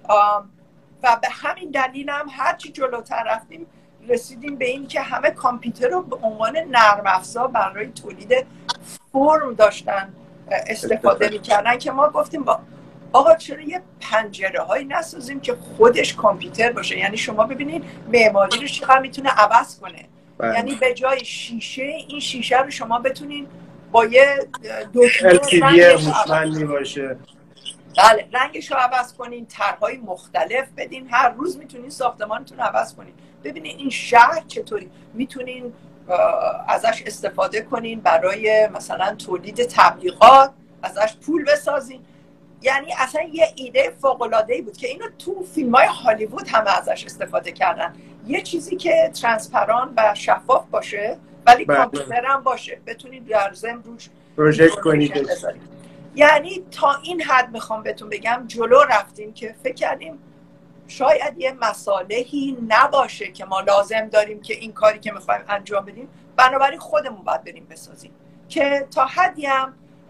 و به همین دلیل هم هرچی جلوتر رفتیم رسیدیم به این که همه کامپیوتر رو به عنوان نرم افزار برای تولید فرم داشتن استفاده میکردن که ما گفتیم با آقا چرا یه پنجره هایی نسازیم که خودش کامپیوتر باشه. یعنی شما ببینید معماری رو چقدر میتونه عوض کنه. بله. یعنی به جای شیشه این شیشه رو شما بتونین با یه دکمه هوشمندی باشه، بله رنگش رو عوض کنین، طرح‌های مختلف بدین، هر روز میتونین ساختمانتون عوض کنین. ببینین این شهر چطوری میتونین ازش استفاده کنین برای مثلا تولید تبلیغات، ازش پول بسازین. یعنی اصلا یه ایده فوق‌العاده‌ای بود که اینو تو فیلم‌های هالیوود همه ازش استفاده کردن. یه چیزی که ترانسپران و شفاف باشه ولی کامپیوتر هم باشه، بتونید در ضمن روش پروژکت کنید. یعنی تا این حد میخوام بهتون بگم جلو رفتیم که فکر کردیم شاید یه مصالحی نباشه که ما لازم داریم که این کاری که میخوایم انجام بدیم، بنابراین خودمون باید بریم بسازیم، که تا حدی هم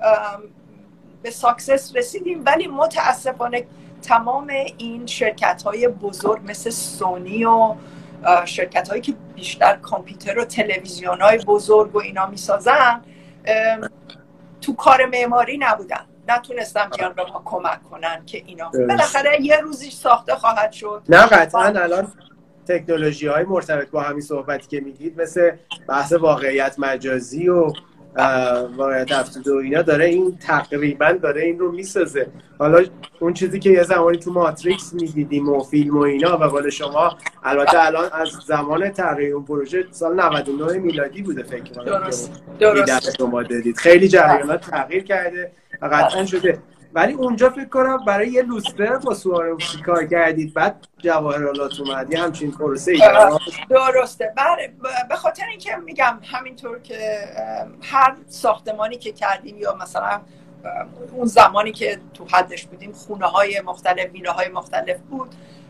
به ساکسس رسیدیم. ولی متاسفانه تمام این شرکت‌های بزرگ مثل سونی و شرکت‌هایی که بیشتر کامپیوتر و تلویزیون‌های بزرگ و اینا میسازن تو کار معماری نبودن، نتونستم بیان به ما کمک کنن که اینا بالاخره یه روزی ساخته خواهد شد. نه قطعا الان تکنولوژی های مرتبط با همین صحبتی که میگید مثل بحث واقعیت مجازی و واقعیت افزوده و اینا داره این تقریبا داره این رو میسازه. حالا اون چیزی که یه زمانی تو ماتریکس میدیدیم و فیلم و اینا، و قول شما البته الان از زمان طراحی اون پروژه سال نود و نه میلادی بوده فکر کنم. درست درست شما دادید خیلی جریانات تغییر کرده و قطعا شده. ولی اونجا فکر کنم برای یه لوستر با سواروفسکی کار کردید، بعد جواهرالات اومد، یه همچین پروسه ای درسته. به خاطر اینکه میگم همینطور که هر ساختمانی که کردیم یا مثلا اون زمانی که تو حدش بودیم خونه های مختلف، ویله های مختلف بود،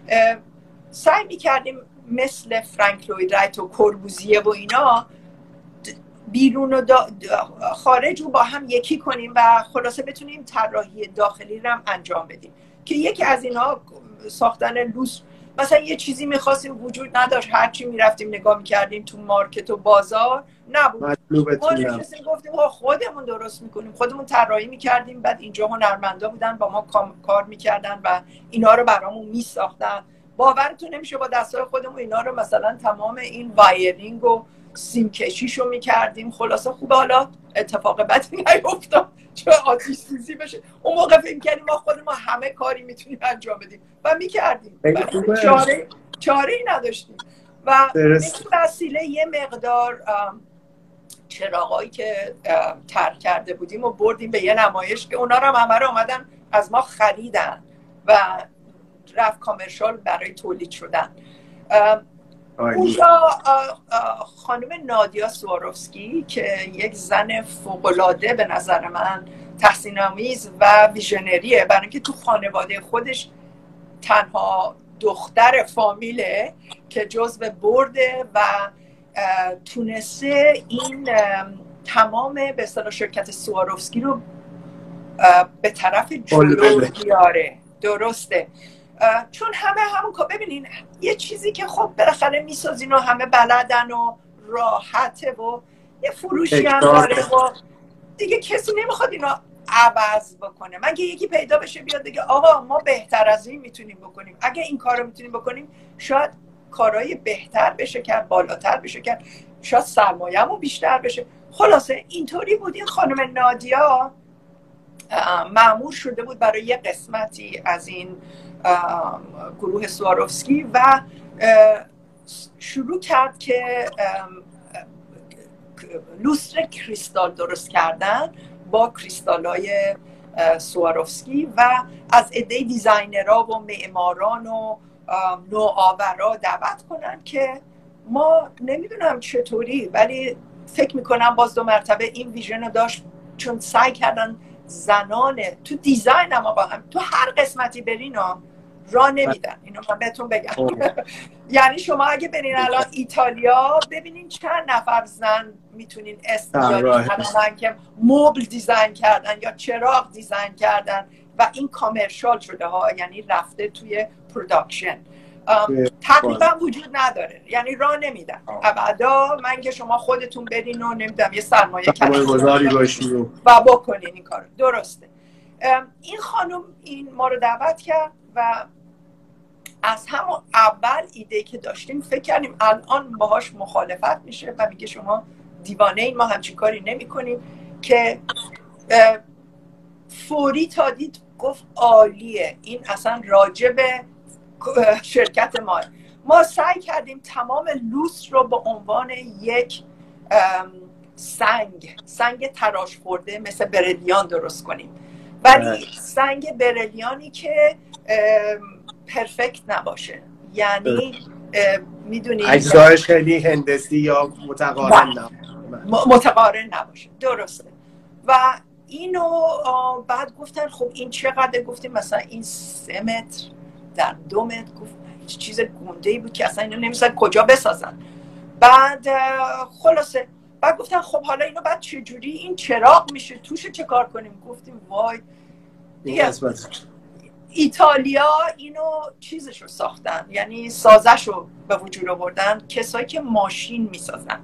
سعی میکردیم مثل فرانک لوید رایت و کوربوزیه و اینا بیرون و دا خارج رو با هم یکی کنیم و خلاصه بتونیم طراحی داخلی رو هم انجام بدیم. که یکی از اینها ساختن لوس، مثلا یه چیزی میخواستیم وجود نداشت، هرچی میرفتیم نگاه میکردیم تو مارکت و بازار نبود، ما نشستیم گفتیم خودمون درست میکنیم، خودمون طراحی میکردیم، بعد اینجا هنرمندا بودن با ما کار میکردن و اینا رو برامون میساختن. باورتون نمیشه با دستای خودمون اینا رو مثلا تمام این وایرینگ و سیم کشیشو میکردیم. خلاصه خوب حالا اتفاق بدی نیفتاد چه آتش سوزی بشه. اون موقع فکر کردیم ما خودمون همه کاری میتونیم انجام بدیم و میکردیم، چاره چاره ای نداشتیم. و این وسیله یه مقدار چراغایی که طرح کرده بودیم و بردیم به یه نمایش که اونا رو هم همه رو اومدن از ما خریدن و رفت کامرشال برای تولید شدن. اونجا خانم نادیا سواروفسکی که یک زن فوق‌العاده به نظر من تحسین آمیز و ویژنریه، برای اینکه تو خانواده خودش تنها دختر فامیله که جزو برده و تونسته این تمام به اصطلاح شرکت سواروفسکی رو به طرف جلو بیاره. درسته. چون همه همون که ببینین یه چیزی که خب بالاخره میسازین و همه بلدن و راحته و یه فروشی هم داره و دیگه کسی نمیخواد اینا عوض بکنه. مگه یکی پیدا بشه بیاد دیگه آقا ما بهتر از این میتونیم بکنیم، اگه این کارو میتونیم بکنیم شاید کارهای بهتر بشه کرد، بالاتر بشه کرد، شاید سرمایه‌مون بیشتر بشه. خلاصه اینطوری بود. این خانم نادیا مأمور شده بود برای یه قسمتی از این گروه سواروفسکی و شروع کرد که لوستر کریستال درست کردن با کریستال‌های سواروفسکی و از عده دیزاینرها و معماران و نوآورا دعوت کنن که ما نمیدونم چطوری ولی فکر میکنم باز دو مرتبه این ویژن رو داشت، چون سعی کردن زنان تو دیزاین هم با هم تو هر قسمتی برین راه نمیدن. اینو من بهتون بگم. یعنی شما اگه برین الان ایتالیا ببینین چند نفر زن میتونین استیاری کنن که مبل دیزاین کردن یا چراغ دیزاین کردن و این کامرشال شده ها، یعنی رفته توی پروداکشن. تقریبا وجود نداره، یعنی راه نمیدن ابدا. من که شما خودتون برین و نمیدونم یه سرمایه گذاری باشین و بکنین این کارو. درسته. این خانم این ما رو دعوت کرد و از همون اول ایده که داشتیم فکر کردیم الان باهاش مخالفت میشه و میگه شما دیوانه این، ما همچین کاری نمی کنیم. که فوری تا دید گفت عالیه، این اصلا راجب شرکت ما. ما سعی کردیم تمام لوس رو به عنوان یک سنگ سنگ تراش خورده مثل برلیان درست کنیم، ولی سنگ برلیانی که پرفکت نباشه، یعنی میدونید اجزایش خیلی هندسی یا متقارن نباشه. متقارن نباشه. درسته. و اینو بعد گفتن خب این چقدر؟ گفتیم مثلا این سه متر در دو متر. گفت چیز گنده‌ای بود که اصلا اینو نمی‌دونن کجا بسازن. بعد خلاصه بعد گفتن خب حالا اینو بعد چجوری این چراغ میشه توش چه کار کنیم؟ گفتیم وای دیگه ایتالیا اینو چیزشو ساختن، یعنی سازشو به وجود آوردن کسایی که ماشین میسازن،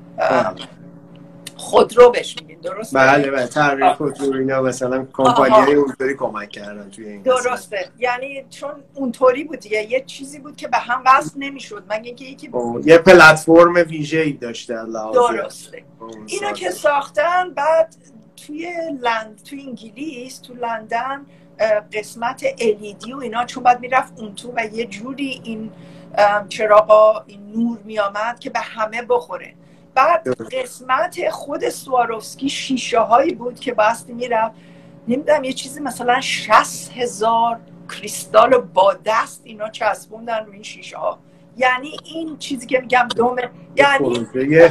خودرو بهش میگین. درسته؟ بله بله طراحی خودرو اینا مثلا کمپانی‌های اونطوری کمک کردن توی این. درسته قصه. یعنی چون اونطوری بود دیگه، یه چیزی بود که به هم وصل نمیشد مگه اینکه یکی یه پلتفرم ویژه‌ای داشته. درسته. اینو که ساختن بعد توی لند توی انگلیس تو لندن قسمت ال ای دی و اینا چون بعد میرفت اون تو و یه جوری این چراغا این نور میامد که به همه بخوره. بعد قسمت خود سواروفسکی شیشه هایی بود که باستی میرفت نمیدونم یه چیزی مثلا شصت هزار کریستال با دست اینا چسبوندن رو این شیشه ها. یعنی این چیزی که میگم دومه، یعنی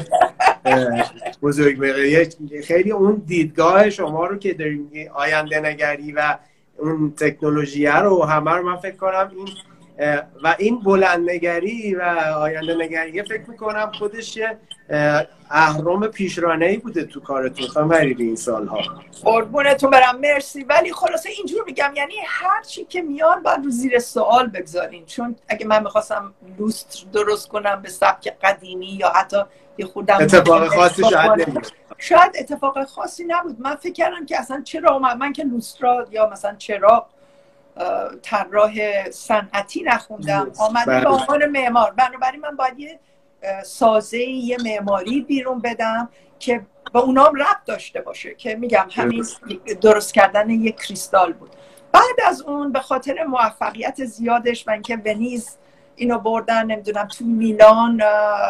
بزرگ بقیه خیلی اون دیدگاه شما رو که داریم آینده نگری و اون تکنولوژی رو همه رو من فکر کنم این و این بلند نگری و آینده نگری فکر میکنم خودش یه اهرم پیشرانه‌ای بوده تو کارتون خانم حریری این سالها. قربونتون برم، مرسی. ولی خلاصه اینجور میگم یعنی هر چی که میاد باید رو زیر سوال بگذارین، چون اگه من میخواستم لوستر درست کنم به سبک قدیمی یا حتی یه خودم اتفاق خاصی شاید نمیاد، شاید اتفاق خاصی نبود. من فکر کردم که اصلا چرا من که لوسترا یا مثلا چرا طراح صنعتی نخوندم، آمدم به عنوان معمار، بنابراین من باید یه سازه یه معماری بیرون بدم که با اونام ربط داشته باشه که میگم همین درست کردن یک کریستال بود. بعد از اون به خاطر موفقیت زیادش و اینکه ونیز اینو بردن، نمیدونم تو میلان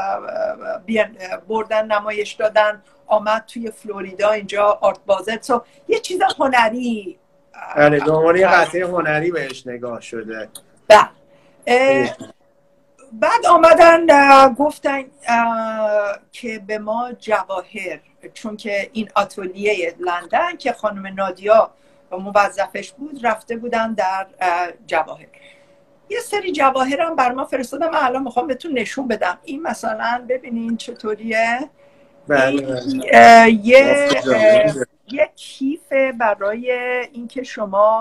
بردن نمایش دادن، آمد توی فلوریدا اینجا آرت بازت، so یه چیز هنری یعنی دومانی قطعه هنری بهش نگاه شده. بله. بعد آمدن گفتن که به ما جواهر، چون که این آتلیه لندن که خانم نادیا و موظفش بود رفته بودن در جواهر، یه سری جواهر هم بر ما فرستادم. من الان میخوام بهتون نشون بدم. این مثلا ببینین چطوریه. بله. یه یه کیف برای اینکه شما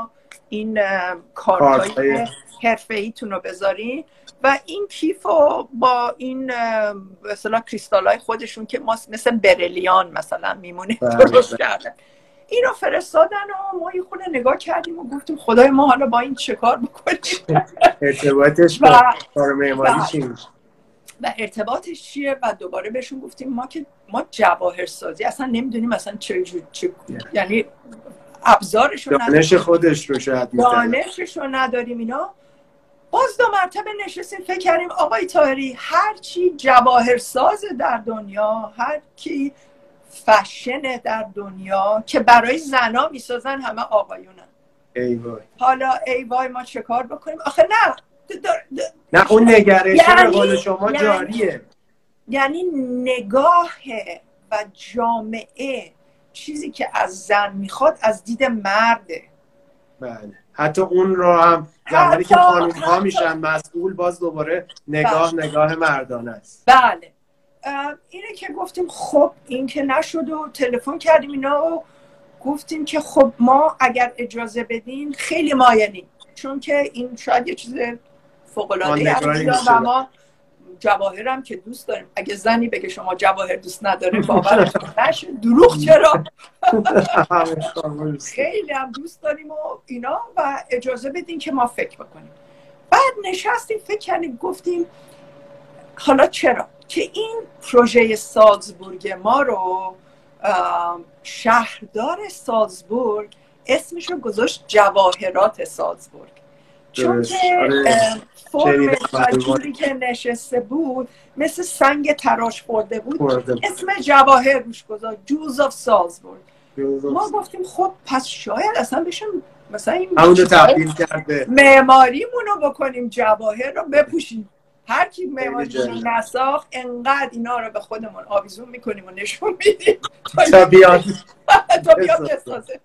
این کارتای حرفه‌ایتون رو بذارین و این کیف رو با این به اصطلاح کریستالای خودشون که ما مثل بریلیان مثلا میمونه درست کردن، این رو فرستادن و ما یه خونه نگاه کردیم و گفتیم خدای ما حالا با این چه کار بکنیم، ارتباطش با کار معماری چی میشه و ارتباطش چیه. و دوباره بهشون گفتیم ما که ما جواهرسازی اصلا نمیدونیم مثلا چه چه یعنی ابزارش رو نداریم، دانش خودش رو شاید دانشش رو نداریم. اینا باز دو مرتبه نشستیم فکر کردیم آقای طاهری هر چی جواهرساز در دنیا، هر کی فشن در دنیا که برای زنا میسازن همه آقایونن. ای وای. حالا ای وای ما چه کار بکنیم؟ آخه نه دار... نه اون نگرش یعنی... به قول شما یعنی... جاریه، یعنی نگاه و جامعه چیزی که از زن میخواد از دید مرده. بله حتی اون رو هم زمانی که خانوم ها میشن مسئول باز دوباره نگاه بله. نگاه مردانه است. بله اینه که گفتیم خب این که نشد و تلفن کردیم اینا و گفتیم که خب ما اگر اجازه بدین خیلی مایلیم، چون که این شاید یه چیز فوق‌العاده است و ما جواهرم که دوست داریم. اگه زنی بگه شما جواهر دوست نداره باورتون نشه، دروغ چرا؟ خیلی هم دوست داریم و اینا و اجازه بدین که ما فکر بکنیم. بعد نشستیم فکر کردیم گفتیم حالا چرا که این پروژه سالزبورگ ما رو شهردار سالزبورگ اسمش رو گذاشت جواهرات سالزبورگ، چون که فرم جوری که نشسته بود مثل سنگ تراش خورده بود خورده. اسم جواهر روش گذاشت جوز آف سالزبورگ. ما گفتیم خب پس شاید اصلا بشیم مثلا این تبدیل کرده معماریمون رو بکنیم جواهر رو بپوشیم، هر کی معماریمون رو نساخت انقدر اینا رو به خودمون آویزون میکنیم و نشون میدیم تا بیاد تا بیاد بسازه.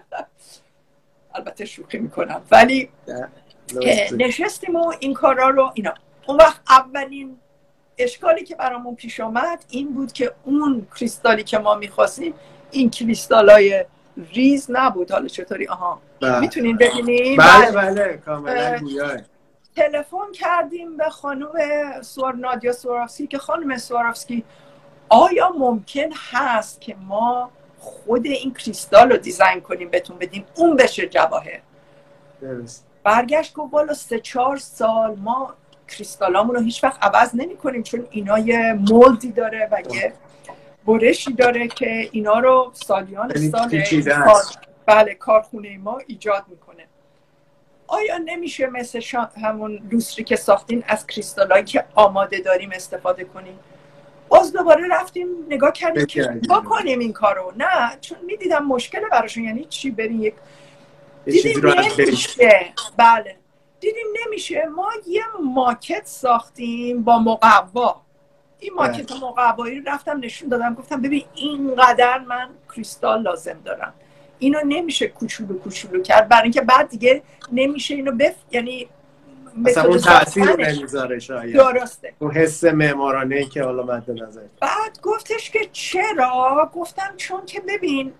البته شوخی میکنم ولی نشستیم و این کارا رو اینا. اون وقت اولین اشکالی که برامون پیش آمد این بود که اون کریستالی که ما میخواستیم این کریستالای ریز نبود. حالا چطوری؟ آها میتونین ببینین؟ بله بله کاملا گویاه. تلفن کردیم به خانم سوار نادیا سوارافسکی که خانم سوارافسکی آیا ممکن هست که ما خود این کریستال رو دیزاین کنیم بهتون بدیم اون بشه جواهر؟ درست. برگشت گفت والا سه چهار سال ما کریستالامون رو هیچ وقت عوض نمی کنیم چون اینا یه مولدی داره و یه برشی داره که اینا رو سالیان سال کار... بله کارخونه ما ایجاد میکنه. آیا نمیشه مثل شا... همون لوستری که ساختین از کریستالایی که آماده داریم استفاده کنیم؟ باز دوباره رفتیم نگاه کردیم که بکنیم این کارو. نه چون میدیدم مشکل براشون، یعنی چی بریم یک دیدیم نمیشه. بله دیدیم نمیشه. ما یه ماکت ساختیم با مقوا. این ماکت مقوایی رفتم نشون دادم گفتم ببین اینقدر من کریستال لازم دارم، اینو نمیشه کوچولو کوچولو کرد برای اینکه بعد دیگه نمیشه اینو بف یعنی مثلا اون تأثیر رو نمیذاره شاید. درسته اون حس معمارانه‌ای که حالا مد نظر. بعد گفتش که چرا؟ گفتم چون که ببین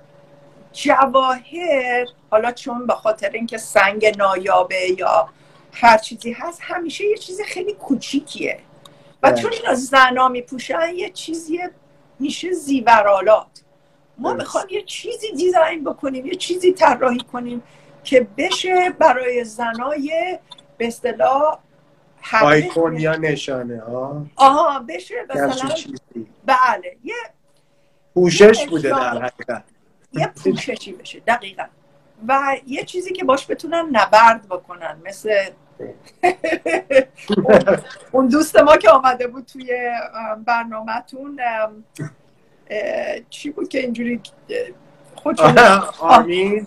جواهر حالا چون به خاطر اینکه سنگ نایابه یا هر چیزی هست همیشه یه چیز خیلی کوچیکیه و چون اینا زنا میپوشن یه چیزی میشه زیورالات. ما میخوام یه چیزی دیزاین بکنیم، یه چیزی طراحی کنیم که بشه برای زنای به اصطلاح آیکون یا نشانه ها. آها بشه مثلا بله یه پوشش بوده در حقیقت، یه پوششی بشه دقیقاً و یه چیزی که باش بتونن نبرد بکنن مثل اون دوست ما که آمده بود توی برنامه‌تون چی بود که اینجوری خودشون آرمین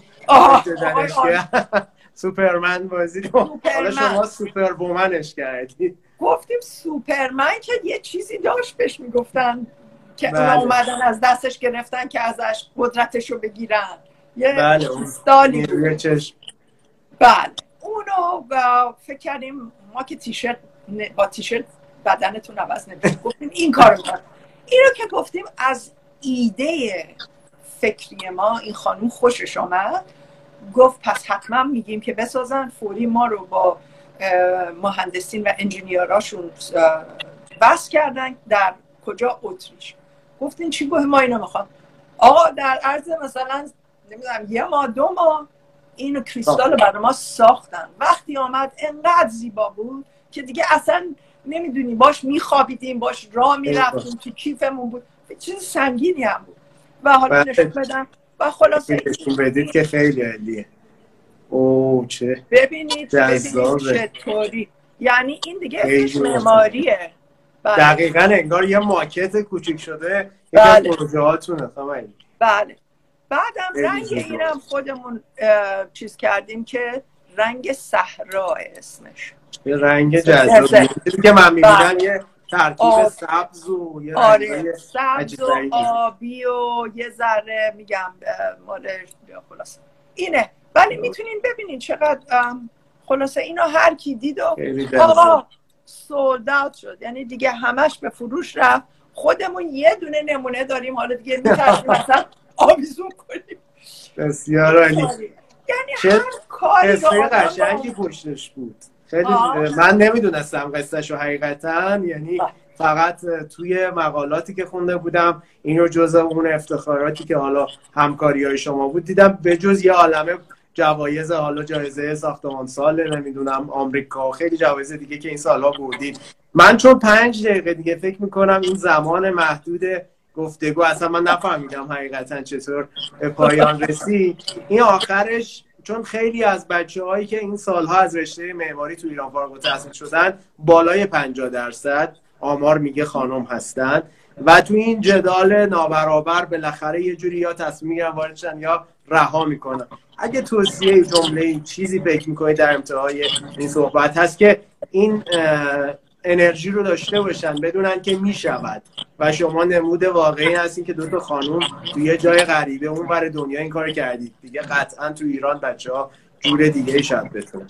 سوپرمن بازی رو حالا شما سوپر وومنش کردید. گفتیم سوپرمن که یه چیزی داشت بهش میگفتن که بله. اونا اومدن از دستش گرفتن که ازش قدرتش رو بگیرن یه بله استالی روی چشم. بله اونو فکر کردیم ما که تیشرت با تیشرت بدنتون عوض نمیشه گفتیم این کارو کنیم. این رو که گفتیم از ایده فکری ما این خانم خوشش آمد گفت پس حتما میگیم که بسازن. فوری ما رو با مهندسین و انجینیراشون بس کردن. در کجا؟ اتریش. گفتین چی؟ گفت ما اینو میخوام. آقا در عرض مثلا نمیدونم یه ماه دو ماه اینو کریستال رو برای ما ساختن. وقتی آمد انقدر زیبا بود که دیگه اصلا نمیدونی باش میخوابیدیم، باش راه میرفتیم، تو کیفمون بود، چیز سنگینی هم بود. و حالا نشون بدم و خلاصه نشون بدید که خیلی عالیه. اوه چه ببینید ببینید چطوری، یعنی این دیگه اسمش معماریه. بله. دقیقاً انگار یه ماکت کوچیک شده یکی بله. از پروژه هاتونه. بله. بعدم رنگ اینم خودمون چیز کردیم که رنگ صحرا اسمش. یه رنگ جذابی که من میبینم یه ترکیب سبز و یه آره سبز و آبی و یه ذره میگم مال خلاصه اینه. ولی میتونین ببینین چقدر خلاصه اینو هر کی دید و آقا سولد اوت شد، یعنی دیگه همش به فروش رفت. خودمون یه دونه نمونه داریم، حالا دیگه میتونیم مثلا آویزون کنیم. بسیار عالی. یعنی هر کاری قصه قشنگی پشتش بود. خیلی من نمیدونستم قصهشو حقیقتا، یعنی فقط توی مقالاتی که خونده بودم اینو جزء اون افتخاراتی که حالا همکاری‌های شما بود دیدم، به جز یه عالمه جوایز، حالا جایزه ساختمان سال نمیدونم آمریکا، خیلی جوایز دیگه که این سالها بردید. من چون پنج دقیقه دیگه فکر میکنم این زمان محدود گفتگو اصلا من نفهمیدم حقیقتا چطور به پایان رسید. این آخرش چون خیلی از بچه‌هایی که این سالها از رشته معماری تو ایران فارغ التحصیل شدن بالای پنجاه درصد آمار میگه خانم هستن و تو این جدال نابرابر بالاخره یه جوری یا تصمیم میگیرن وارد شن یا رها میکنن. اگه توصیه جمله چیزی فکر میکنید در انتهای این صحبت هست که این انرژی رو داشته باشن، بدونن که میشود و شما نمود واقعی هستین که دو تا خانوم توی یه جای غریبه اون ور دنیا این کار کردید. دیگه قطعا تو ایران بچه‌ها جور دیگه شاید بتونن.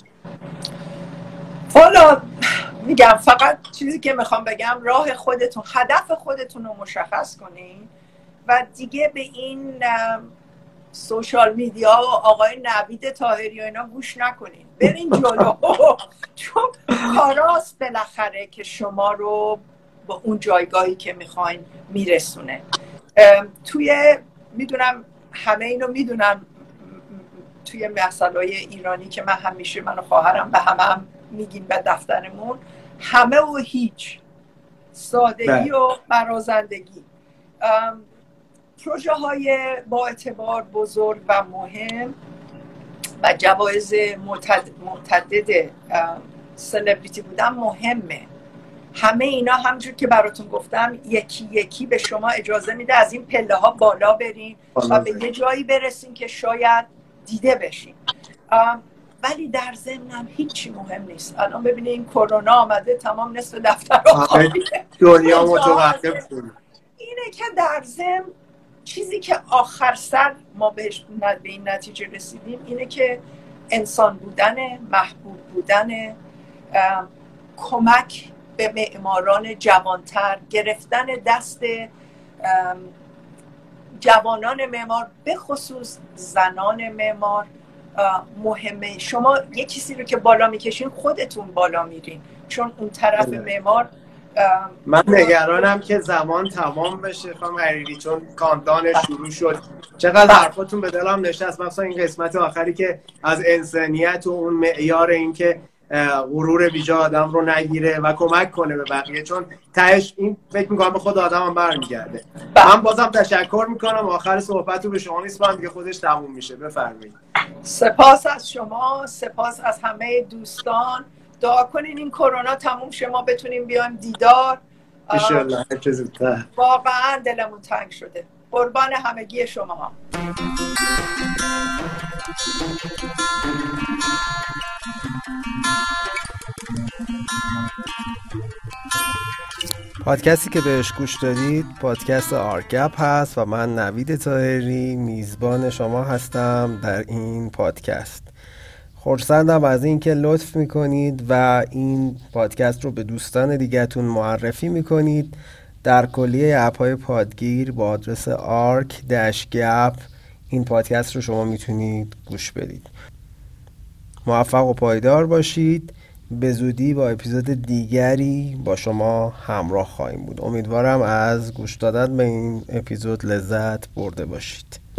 حالا میگم فقط چیزی که میخوام بگم راه خودتون، هدف خودتون رو مشخص کنین و دیگه به این سوشال میدیا و آقای نوید طاهری و اینا گوش نکنین، برین جلو. چون کاراست بالاخره که شما رو به اون جایگاهی که میخواین میرسونه. توی میدونم همه اینو میدونم توی مسائل ایرانی که من همیشه من و خواهرم به همه هم میگیم به دفترمون، همه و هیچ، سادگی و برازندگی. پروژه های با اعتبار بزرگ و مهم و جوایز متعدد سلبریتی بودن مهمه. همه اینا همونجور که براتون گفتم یکی یکی به شما اجازه میده از این پله ها بالا برین و به یه جایی برسین که شاید دیده بشین. ولی در ضمن هم هیچی مهم نیست. الان ببینید این کرونا آمده تمام نصف دفترها خالیه، دنیا متوقف شده. اینه که در ضمن چیزی که آخر سر ما بهش به این نتیجه رسیدیم اینه که انسان بودن، محبوب بودن، کمک به معماران جوانتر، گرفتن دست جوانان معمار به خصوص زنان معمار مهمه. شما یک کسی رو که بالا میکشین خودتون بالا میرین، چون اون طرف معمار. من نگرانم که زمان تمام بشه خانم حریری، چون کاندان شروع شد. چقدر حرفاتون به دلم نشست، مثلا این قسمت آخری که از انسانیت و اون معیار این که غرور بیجا آدم رو نگیره و کمک کنه به بقیه، چون تهش این فکر میکنم به خود آدم هم برمیگرده. من بازم تشکر میکنم. آخر صحبت رو به شما نیست، دیگه خودش تموم میشه. بفرمایید. سپاس از شما، سپاس از همه دوستان. دعا کنین این کرونا تموم شه، ما بتونیم بیایم دیدار ان شاء الله هر چه زودتر. واقعا دلمون تنگ شده. قربان همگی شما ها. پادکستی که بهش گوش دادید پادکست آرگپ هست و من نوید طاهری میزبان شما هستم در این پادکست. خرسندم از این که لطف میکنید و این پادکست رو به دوستان دیگه‌تون معرفی میکنید. در کلیه اپ‌های پادگیر با آدرس آرک دش گپ این پادکست رو شما میتونید گوش بدید. موفق و پایدار باشید. به زودی با اپیزود دیگری با شما همراه خواهیم بود. امیدوارم از گوش دادن به این اپیزود لذت برده باشید.